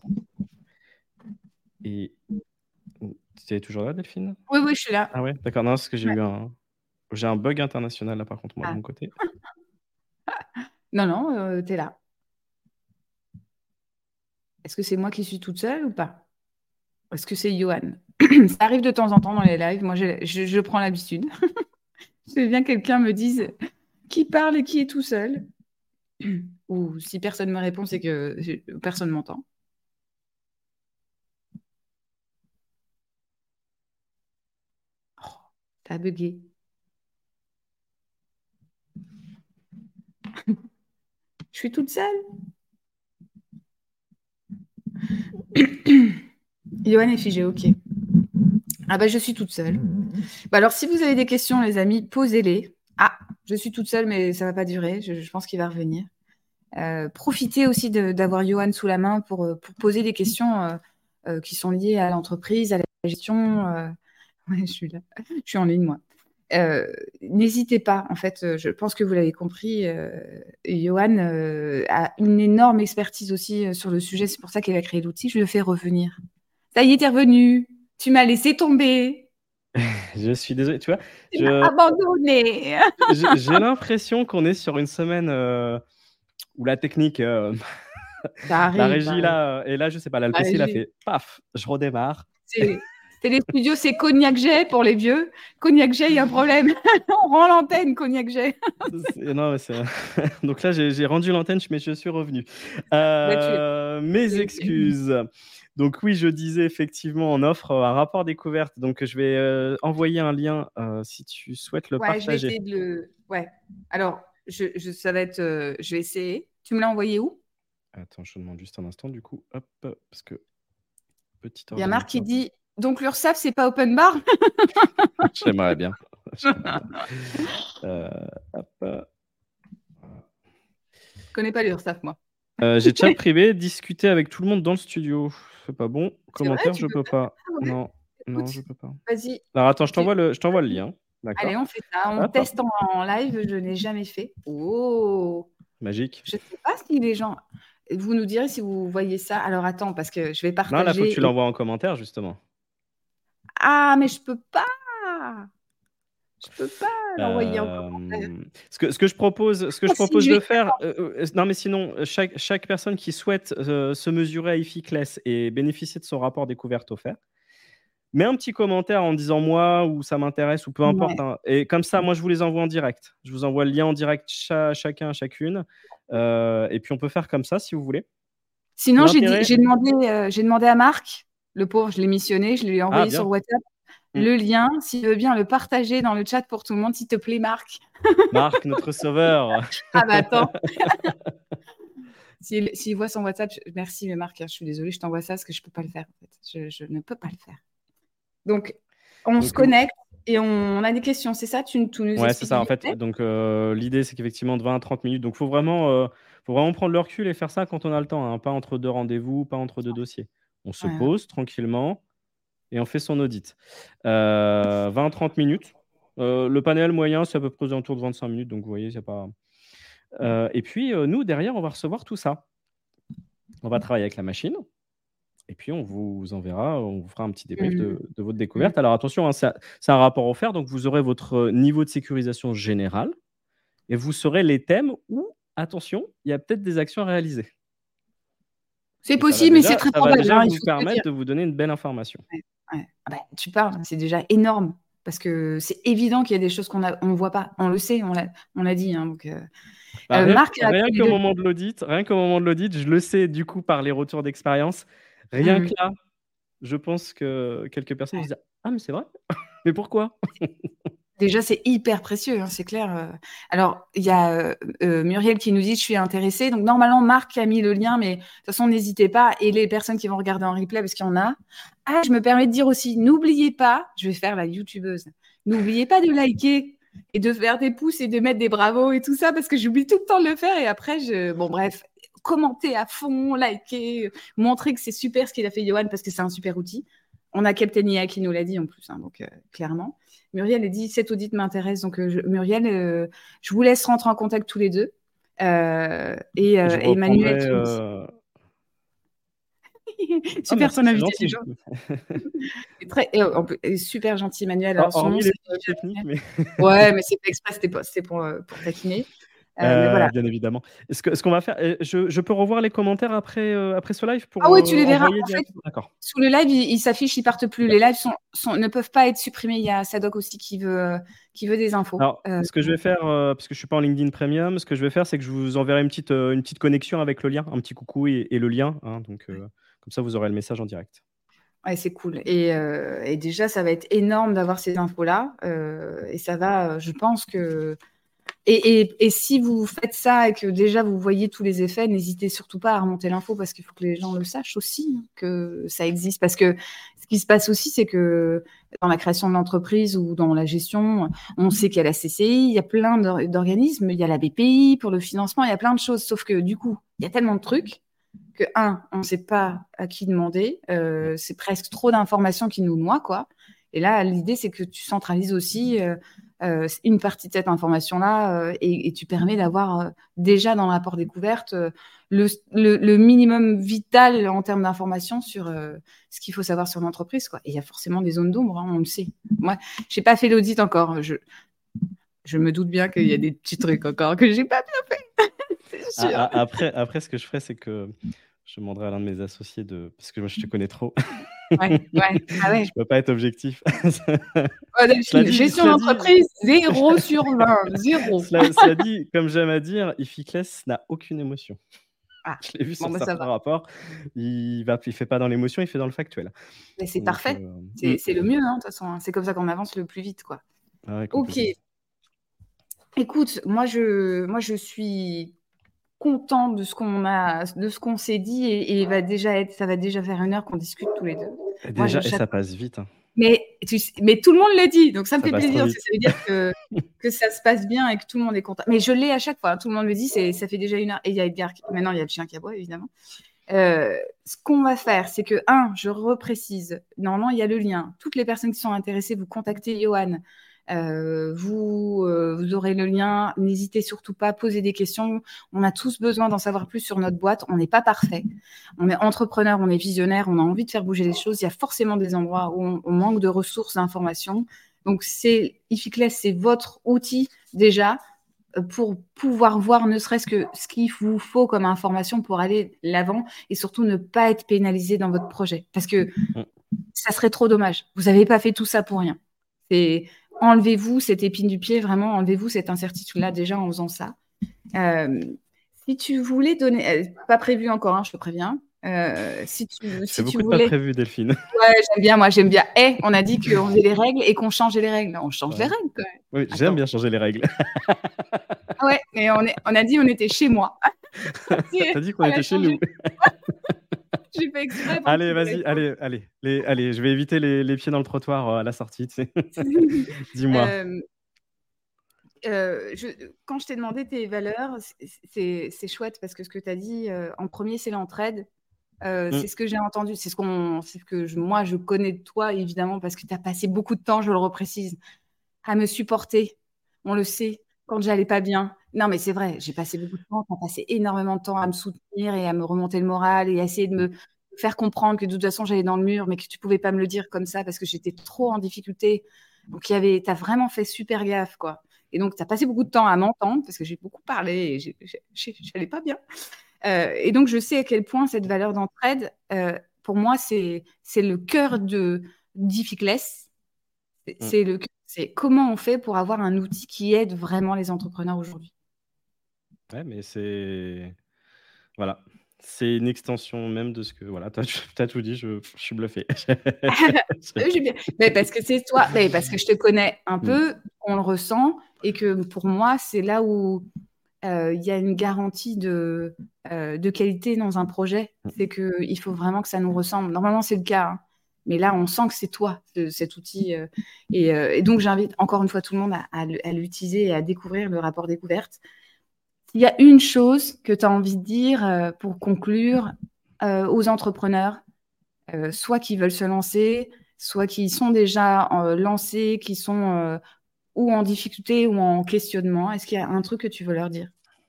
Et tu es toujours là, Delphine? Oui, je suis là. Ah ouais, d'accord. Non, parce que j'ai un bug international là, par contre, moi, de mon côté. Non, tu es là. Est-ce que c'est moi qui suis toute seule ou pas? Est-ce que c'est Johan? Ça arrive de temps en temps dans les lives. Moi, je prends l'habitude. Je veux bien que quelqu'un me dise qui parle et qui est tout seul. Ou si personne me répond, c'est que personne m'entend. Oh, t'as bugué. Je suis toute seule. Johan est figé, ok. Ah bah je suis toute seule. Bah alors si vous avez des questions, les amis, posez-les. Ah, je suis toute seule, mais ça va pas durer. Je pense qu'il va revenir. Profitez aussi d'avoir Johan sous la main pour poser des questions qui sont liées à l'entreprise, à la gestion. Ouais, je suis là. Je suis en ligne, moi. N'hésitez pas, en fait, je pense que vous l'avez compris, Johan a une énorme expertise aussi sur le sujet, c'est pour ça qu'il a créé l'outil, je le fais revenir. Ça y est, t'es revenu, tu m'as laissé tomber. Je suis désolé, tu vois. Tu m'as abandonné. J'ai l'impression qu'on est sur une semaine où la technique, Ça arrive, la régie, là, et là, je sais pas, là, le PC, il a fait paf, je redémarre. Télé Studio, c'est Cognac J pour les vieux. Cognac J, il y a un problème. On rend l'antenne, Cognac J. Non, donc là, j'ai rendu l'antenne, mais je suis revenu. Mes excuses. Donc oui, je disais effectivement, on offre un rapport découverte. Donc je vais envoyer un lien si tu souhaites le partager. Je vais essayer de le. Ouais. Alors, ça va être. Je vais essayer. Tu me l'as envoyé où? Attends, je te demande juste un instant du coup. Hop, parce que petit Il y a Marc qui ordinateur. dit donc l'URSSAF, c'est pas open bar? J'aimerais bien. Hop. Je connais pas l'URSSAF, moi. J'ai chat privé, discuter avec tout le monde dans le studio. C'est pas bon. C'est vrai, Commentaire, tu je peux peux faire pas. ça, ouais. Non, non, Écoute, je peux pas. vas-y. Alors attends, Tu... je t'envoie le lien. Allez, D'accord. on fait ça. On Hop, teste en live. Je n'ai jamais fait. Oh, magique. je ne sais pas si les gens. Vous nous direz si vous voyez ça. Alors attends, parce que je vais Non, là, faut que tu partager. l'envoies en commentaire, justement. Ah, mais je peux pas. Je peux pas l'envoyer en commentaire. Ce que je propose, Ah, si, je de vais. faire, non, mais sinon, chaque personne qui souhaite se mesurer à Ificless et bénéficier de son rapport découverte offert, mets un petit commentaire en disant moi ou ça m'intéresse ou peu importe. Ouais. Hein. Et comme ça, moi, je vous les envoie en direct. Je vous envoie le lien en direct chacun, chacune. Et puis, on peut faire comme ça si vous voulez. Sinon, L'intérêt. j'ai demandé à Marc, le pauvre, je l'ai missionné, je lui ai Ah, envoyé bien. sur WhatsApp Mm. le lien, s'il veut bien le partager dans le chat pour tout le monde, s'il te plaît, Marc. Marc, notre sauveur. Ah bah attends. S'il voit son WhatsApp, merci, mais Marc, hein, je suis désolée, je t'envoie ça parce que je ne peux pas le faire. En fait. Je ne peux pas le faire. Donc, on se Donc, connecte et on a des questions. C'est ça? Tu nous ouais, c'est expliques ça. En vite fait, fait? donc l'idée, c'est qu'effectivement, de 20 à 30 minutes. Donc, faut vraiment prendre le recul et faire ça quand on a le temps. Hein. Pas entre deux rendez-vous, pas entre deux dossiers. On se Ouais. pose tranquillement et on fait son audit. 20-30 minutes. Le panel moyen, c'est à peu près aux alentours de 25 minutes. Donc, vous voyez, c'est pas. Et puis, nous, derrière, on va recevoir tout ça. On va travailler avec la machine. Et puis, on vous enverra, on vous fera un petit débrief Mm. de votre découverte. Alors, attention, hein, c'est un rapport offert. Donc, vous aurez votre niveau de sécurisation général. Et vous saurez les thèmes où, attention, il y a peut-être des actions à réaliser. C'est Et possible, mais c'est très ça va probable, déjà hein, il vous faut te le permettre dire. de vous donner une belle information. Ouais, ouais. Ah bah, tu parles, c'est déjà énorme. Parce que c'est évident qu'il y a des choses qu'on ne voit pas. On le sait, on l'a dit. Hein, donc, Bah, Marc a fait rien les qu'au deux. moment de l'audit, je le sais du coup par les retours d'expérience. Rien que Mm. là, je pense que quelques personnes vont Ouais. se dire ah mais c'est vrai, mais pourquoi? Déjà, c'est hyper précieux, hein, c'est clair. Alors, il y a Muriel qui nous dit, je suis intéressée. Donc, normalement, Marc a mis le lien, mais de toute façon, n'hésitez pas. Et les personnes qui vont regarder en replay, parce qu'il y en a. Ah, je me permets de dire aussi, n'oubliez pas, je vais faire la youtubeuse, n'oubliez pas de liker et de faire des pouces et de mettre des bravos et tout ça, parce que j'oublie tout le temps de le faire. Et après, bon, bref, commentez à fond, likez, montrez que c'est super ce qu'il a fait Johan, parce que c'est un super outil. On a Captain IA qui nous l'a dit en plus, hein, donc clairement. Muriel a dit cet audit m'intéresse. Donc, Muriel, je vous laisse rentrer en contact tous les deux. Et Je Emmanuel reprendrai. qui nous dit Ah super merci, ton c'est invité du gentil. jour. Super gentil, Emmanuel. Alors, son nom, Hormis les c'est. problèmes techniques, mais Ouais, mais c'est pas exprès, c'était pour taquiner. Mais voilà. bien évidemment. Ce qu'on va faire, je peux revoir les commentaires après ce live pour Ah ouais, tu les verras. envoyer En fait, directement? D'accord. sous le live, il s'affiche, il partent plus. Super. Les lives ne peuvent pas être supprimés. Il y a Sadok aussi qui veut des infos. Alors, ce que je vais faire, parce que je suis pas en LinkedIn Premium, ce que je vais faire, c'est que je vous enverrai une petite connexion avec le lien, un petit coucou et le lien, hein, donc comme ça, vous aurez le message en direct. Ouais, c'est cool. Et déjà, ça va être énorme d'avoir ces infos-là. Et ça va, je pense que. Et si vous faites ça et que déjà vous voyez tous les effets, n'hésitez surtout pas à remonter l'info parce qu'il faut que les gens le sachent aussi, hein, que ça existe. Parce que ce qui se passe aussi, c'est que dans la création de l'entreprise ou dans la gestion, on sait qu'il y a la CCI, il y a plein d'organismes, il y a la BPI pour le financement, il y a plein de choses. Sauf que du coup, il y a tellement de trucs que, on ne sait pas à qui demander. C'est presque trop d'informations qui nous noient, quoi. Et là, l'idée, c'est que tu centralises aussi une partie de cette information-là et tu permets d'avoir déjà dans le rapport découverte le minimum vital en termes d'informations sur ce qu'il faut savoir sur l'entreprise, quoi. Et il y a forcément des zones d'ombre, hein, on le sait. Moi, je n'ai pas fait l'audit encore. Je me doute bien qu'il y a des petits trucs encore que je n'ai pas bien fait. C'est sûr. Après, ce que je ferai, c'est que je demanderai à l'un de mes associés parce que moi, je te connais trop. Ouais. Ah ouais. Je peux pas être objectif. Delphine, gestion d'entreprise, 0 sur 20. 0. Cela dit, comme j'aime à dire, Ificless n'a aucune émotion. Ah, Je l'ai vu sur bon, ça certains va. rapports. Il fait pas dans l'émotion, il fait dans le factuel. Mais c'est Donc, parfait. C'est le mieux, hein, de toute façon. C'est comme ça qu'on avance le plus vite, quoi. ouais, Ok. complètement. Écoute, moi je suis content de ce qu'on s'est dit et ça va déjà faire 1 heure qu'on discute tous les deux. Moi, déjà, ça passe vite. Hein. Mais tout le monde le dit, donc ça me fait plaisir. Ça veut dire que ça se passe bien et que tout le monde est content. Mais je l'ai à chaque fois. Hein, tout le monde me dit, ça fait déjà 1 heure. Et il y a Edgar. Maintenant, il y a le chien qui aboie, évidemment. Ce qu'on va faire, c'est que, je reprécise. Normalement, il y a le lien. Toutes les personnes qui sont intéressées, vous contactez Johan. Vous aurez le lien. N'hésitez surtout pas à poser des questions. On a tous besoin d'en savoir plus sur notre boîte. On n'est pas parfait. On est entrepreneur, on est visionnaire, on a envie de faire bouger les choses. Il y a forcément des endroits où on manque de ressources, d'informations. Donc, Ificless, c'est votre outil déjà pour pouvoir voir ne serait-ce que ce qu'il vous faut comme information pour aller l'avant et surtout ne pas être pénalisé dans votre projet. Parce que ça serait trop dommage. Vous n'avez pas fait tout ça pour rien. Enlevez-vous cette épine du pied, vraiment, enlevez-vous cette incertitude-là déjà en faisant ça. Si tu voulais donner... pas prévu encore, je te préviens. Si tu voulais... pas prévu, Delphine. Ouais, j'aime bien. On a dit qu'on faisait les règles et qu'on changeait les règles. On change les règles, quand même. Oui, j'aime bien changer les règles. Ouais, mais on a dit on était chez moi. T'as dit qu'on était chez nous. J'ai fait exprès. Allez, vas-y, allez, je vais éviter les pieds dans le trottoir à la sortie. Tu sais. Dis-moi. Quand je t'ai demandé tes valeurs, c'est chouette parce que ce que tu as dit en premier, c'est l'entraide. C'est ce que j'ai entendu, c'est ce que moi je connais de toi, évidemment, parce que tu as passé beaucoup de temps, je le reprécise, à me supporter. On le sait, quand j'allais pas bien. Non, mais c'est vrai, j'ai passé beaucoup de temps, tu as passé énormément de temps à me soutenir et à me remonter le moral et à essayer de me faire comprendre que de toute façon j'allais dans le mur, mais que tu pouvais pas me le dire comme ça parce que j'étais trop en difficulté. Donc tu as vraiment fait super gaffe, quoi. Et donc tu as passé beaucoup de temps à m'entendre parce que j'ai beaucoup parlé et j'allais pas bien. Et donc, je sais à quel point cette valeur d'entraide, pour moi, c'est le cœur d'Ificless. C'est comment on fait pour avoir un outil qui aide vraiment les entrepreneurs aujourd'hui. Ouais, mais c'est... Voilà. C'est une extension même de ce que... Voilà, tu as tout dit, je suis bluffé. Mais parce que c'est toi, mais parce que je te connais un peu, on le ressent, et que pour moi, c'est là où... il y a une garantie de qualité dans un projet. C'est qu'il faut vraiment que ça nous ressemble. Normalement, c'est le cas. Hein. Mais là, on sent que c'est toi, cet outil. Et donc, j'invite encore une fois tout le monde à l'utiliser et à découvrir le rapport découverte. S'il y a une chose que tu as envie de dire pour conclure aux entrepreneurs, soit qui veulent se lancer, soit qui sont déjà lancés, qui sont... ou en difficulté ou en questionnement, est-ce qu'il y a un truc que tu veux leur dire?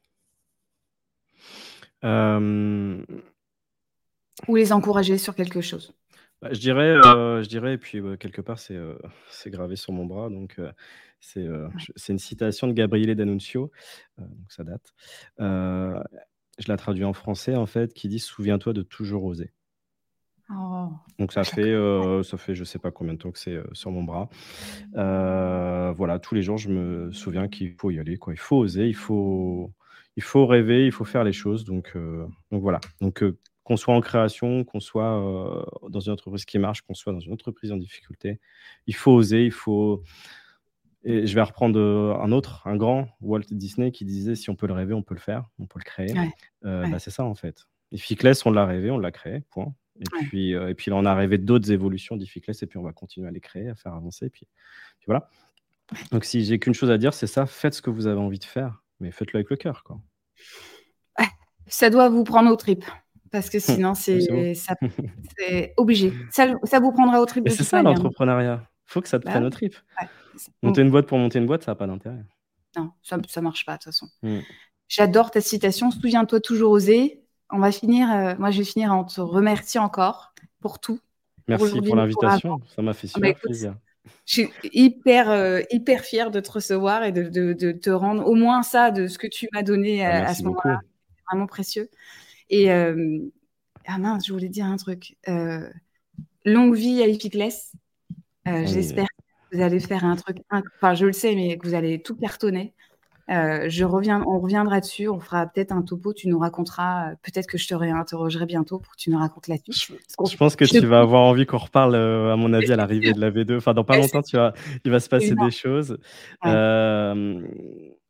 Ou les encourager sur quelque chose? Je dirais, et puis quelque part, c'est gravé sur mon bras, donc c'est une citation de Gabriele D'Annunzio, donc ça date. Je la traduis en français, en fait, qui dit « Souviens-toi de toujours oser ». Oh, donc ça fait je sais pas combien de temps que c'est sur mon bras. Voilà, tous les jours, je me souviens qu'il faut y aller, quoi. Il faut oser, il faut rêver, il faut faire les choses. Donc voilà. Donc qu'on soit en création, qu'on soit dans une entreprise qui marche, qu'on soit dans une entreprise en difficulté, il faut oser, il faut... Et je vais reprendre un grand, Walt Disney, qui disait « Si on peut le rêver, on peut le faire, on peut le créer ». Bah, c'est ça, en fait. Ificless, on l'a rêvé, on l'a créé, point. Et puis là, on a rêvé d'autres évolutions d'Ificless, et puis on va continuer à les créer, à faire avancer. Puis voilà. Donc, si j'ai qu'une chose à dire, c'est ça, faites ce que vous avez envie de faire, mais faites-le avec le cœur, quoi. Ça doit vous prendre aux tripes, parce que sinon, c'est obligé. Ça vous prendra aux tripes. Et c'est ça, l'entrepreneuriat. Il faut que ça te prenne aux tripes. Monter une boîte pour monter une boîte, ça n'a pas d'intérêt. Non, ça ne marche pas, de toute façon. J'adore ta citation, souviens-toi toujours oser. On va finir, moi je vais finir en te remerciant encore pour tout. Merci pour l'invitation, ça m'a fait super plaisir. Je suis hyper fière de te recevoir et de te rendre au moins ça de ce que tu m'as donné à ce moment-là. C'est vraiment précieux. Et mince, je voulais dire un truc. Longue vie à Ificless. J'espère que vous allez faire un truc, enfin je le sais, mais que vous allez tout cartonner. On reviendra dessus, on fera peut-être un topo, tu nous raconteras, peut-être que je te réinterrogerai bientôt pour que tu nous racontes la suite. Je pense que tu vas avoir envie qu'on reparle, à mon avis, à l'arrivée de la V2. Enfin, dans pas longtemps, il va se passer des choses.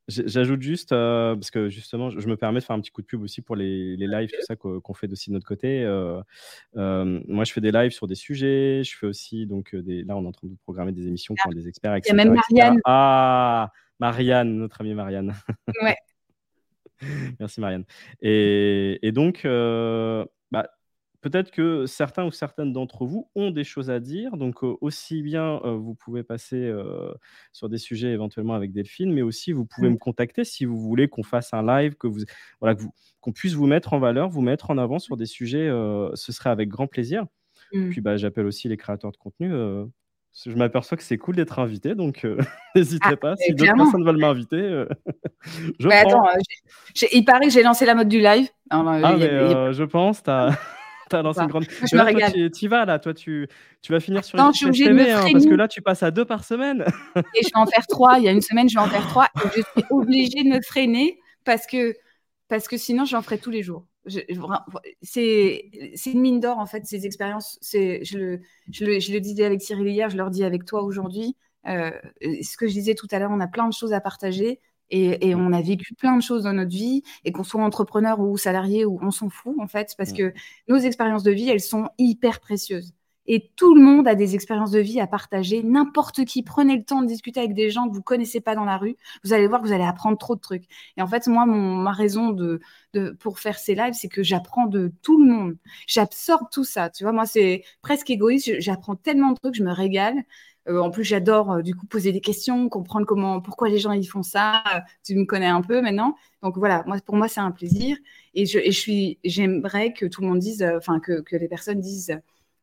J'ajoute juste, parce que justement, je me permets de faire un petit coup de pub aussi pour les lives, tout ça qu'on fait aussi de notre côté. Moi, je fais des lives sur des sujets. Je fais aussi, donc, là, on est en train de programmer des émissions qui ont des experts, Il y a même etc., etc. Marianne. Ah, Marianne, notre amie Marianne. Ouais. Merci Marianne. Et donc, bah, peut-être que certains ou certaines d'entre vous ont des choses à dire. Donc, aussi bien, vous pouvez passer sur des sujets éventuellement avec Delphine, mais aussi vous pouvez Mm. me contacter si vous voulez qu'on fasse un live, voilà, qu'on puisse vous mettre en valeur, vous mettre en avant sur des sujets. Ce serait avec grand plaisir. Mm. Puis, bah, j'appelle aussi les créateurs de contenu. Je m'aperçois que c'est cool d'être invité, donc n'hésitez pas. Si d'autres Clairement. personnes veulent m'inviter, je Mais attends, prends. il paraît que j'ai lancé la mode du live. Alors, Ah, mais je pense, tu as lancé une pas. grande. Moi, je Mais me là, toi, régale. tu y vas, là. Toi, tu vas finir sur Non, je suis Ificless obligée de me TV, hein, parce que freiner là, tu passes à 2 par semaine. et je vais en faire 3. Il y a une semaine, je vais en faire 3 et je suis obligée de me freiner parce que sinon, j'en ferai tous les jours. C'est une mine d'or, en fait, ces expériences. Je le disais avec Cyril hier, je leur dis avec toi aujourd'hui. Ce que je disais tout à l'heure, on a plein de choses à partager et on a vécu plein de choses dans notre vie. Et qu'on soit entrepreneur ou salarié, ou on s'en fout, en fait, parce que nos expériences de vie, elles sont hyper précieuses. Et tout le monde a des expériences de vie à partager. N'importe qui, prenez le temps de discuter avec des gens que vous connaissez pas dans la rue. Vous allez voir que vous allez apprendre trop de trucs. Et en fait, moi, ma raison pour faire ces lives, c'est que j'apprends de tout le monde. J'absorbe tout ça. Tu vois, moi, c'est presque égoïste. J'apprends tellement de trucs, je me régale. En plus, j'adore du coup poser des questions, comprendre pourquoi les gens ils font ça. Tu me connais un peu maintenant, donc voilà. Pour moi, c'est un plaisir. Et j'aimerais que tout le monde dise, enfin que les personnes disent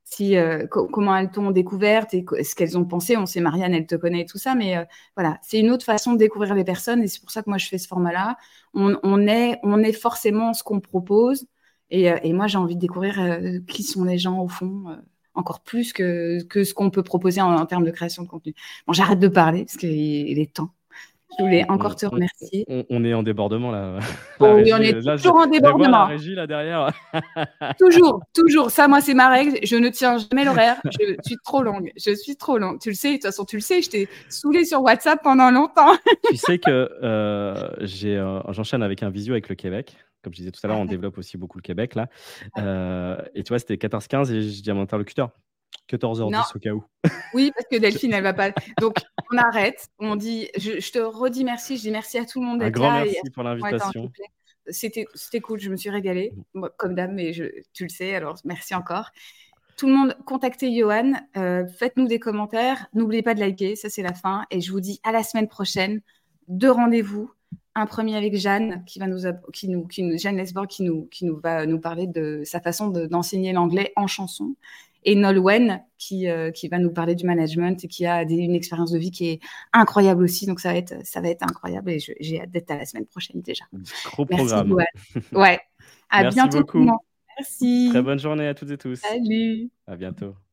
comment elles t'ont découverte et ce qu'elles ont pensé. On sait, Marianne, elle te connaît et tout ça, mais voilà, c'est une autre façon de découvrir les personnes et c'est pour ça que moi je fais ce format-là. On est forcément ce qu'on propose et moi j'ai envie de découvrir qui sont les gens au fond. Encore plus que ce qu'on peut proposer en termes de création de contenu. Bon, j'arrête de parler parce qu'il est temps. Je voulais encore te remercier. On est en débordement, là. La Oh oui, on régie, est là, toujours en je vois la débordement. régie, là, derrière. Toujours, toujours. Ça, moi, c'est ma règle. Je ne tiens jamais l'horaire. Je suis trop longue. Je suis trop longue. Tu le sais, de toute façon, tu le sais, je t'ai saoulée sur WhatsApp pendant longtemps. Tu sais que j'enchaîne avec un visio avec le Québec. Comme je disais tout à l'heure, on développe aussi beaucoup le Québec, là. Et tu vois, c'était 14h15 et je dis à mon interlocuteur, Non. 14h10 au cas où. Oui, parce que Delphine, elle va pas. Donc, on arrête. On dit, je te redis merci. Je dis merci à tout le monde Un d'être grand là. merci pour l'invitation. C'était cool. Je me suis régalée, moi, comme d'hab, mais tu le sais. Alors, merci encore. Tout le monde, contactez Johan. Faites-nous des commentaires. N'oubliez pas de liker. Ça, c'est la fin. Et je vous dis à la semaine prochaine. 2 rendez-vous. Un premier avec Jeanne, Jeanne Lesborg, qui va nous parler de sa façon d'enseigner l'anglais en chanson. Et Nolwenn, qui va nous parler du management et qui a une expérience de vie qui est incroyable aussi. Donc, ça va être incroyable et j'ai hâte d'être à la semaine prochaine déjà. Gros Merci, programme. Johan. Ouais. À Merci bientôt, tout le beaucoup. monde. Merci. Très bonne journée à toutes et tous. Salut. À bientôt.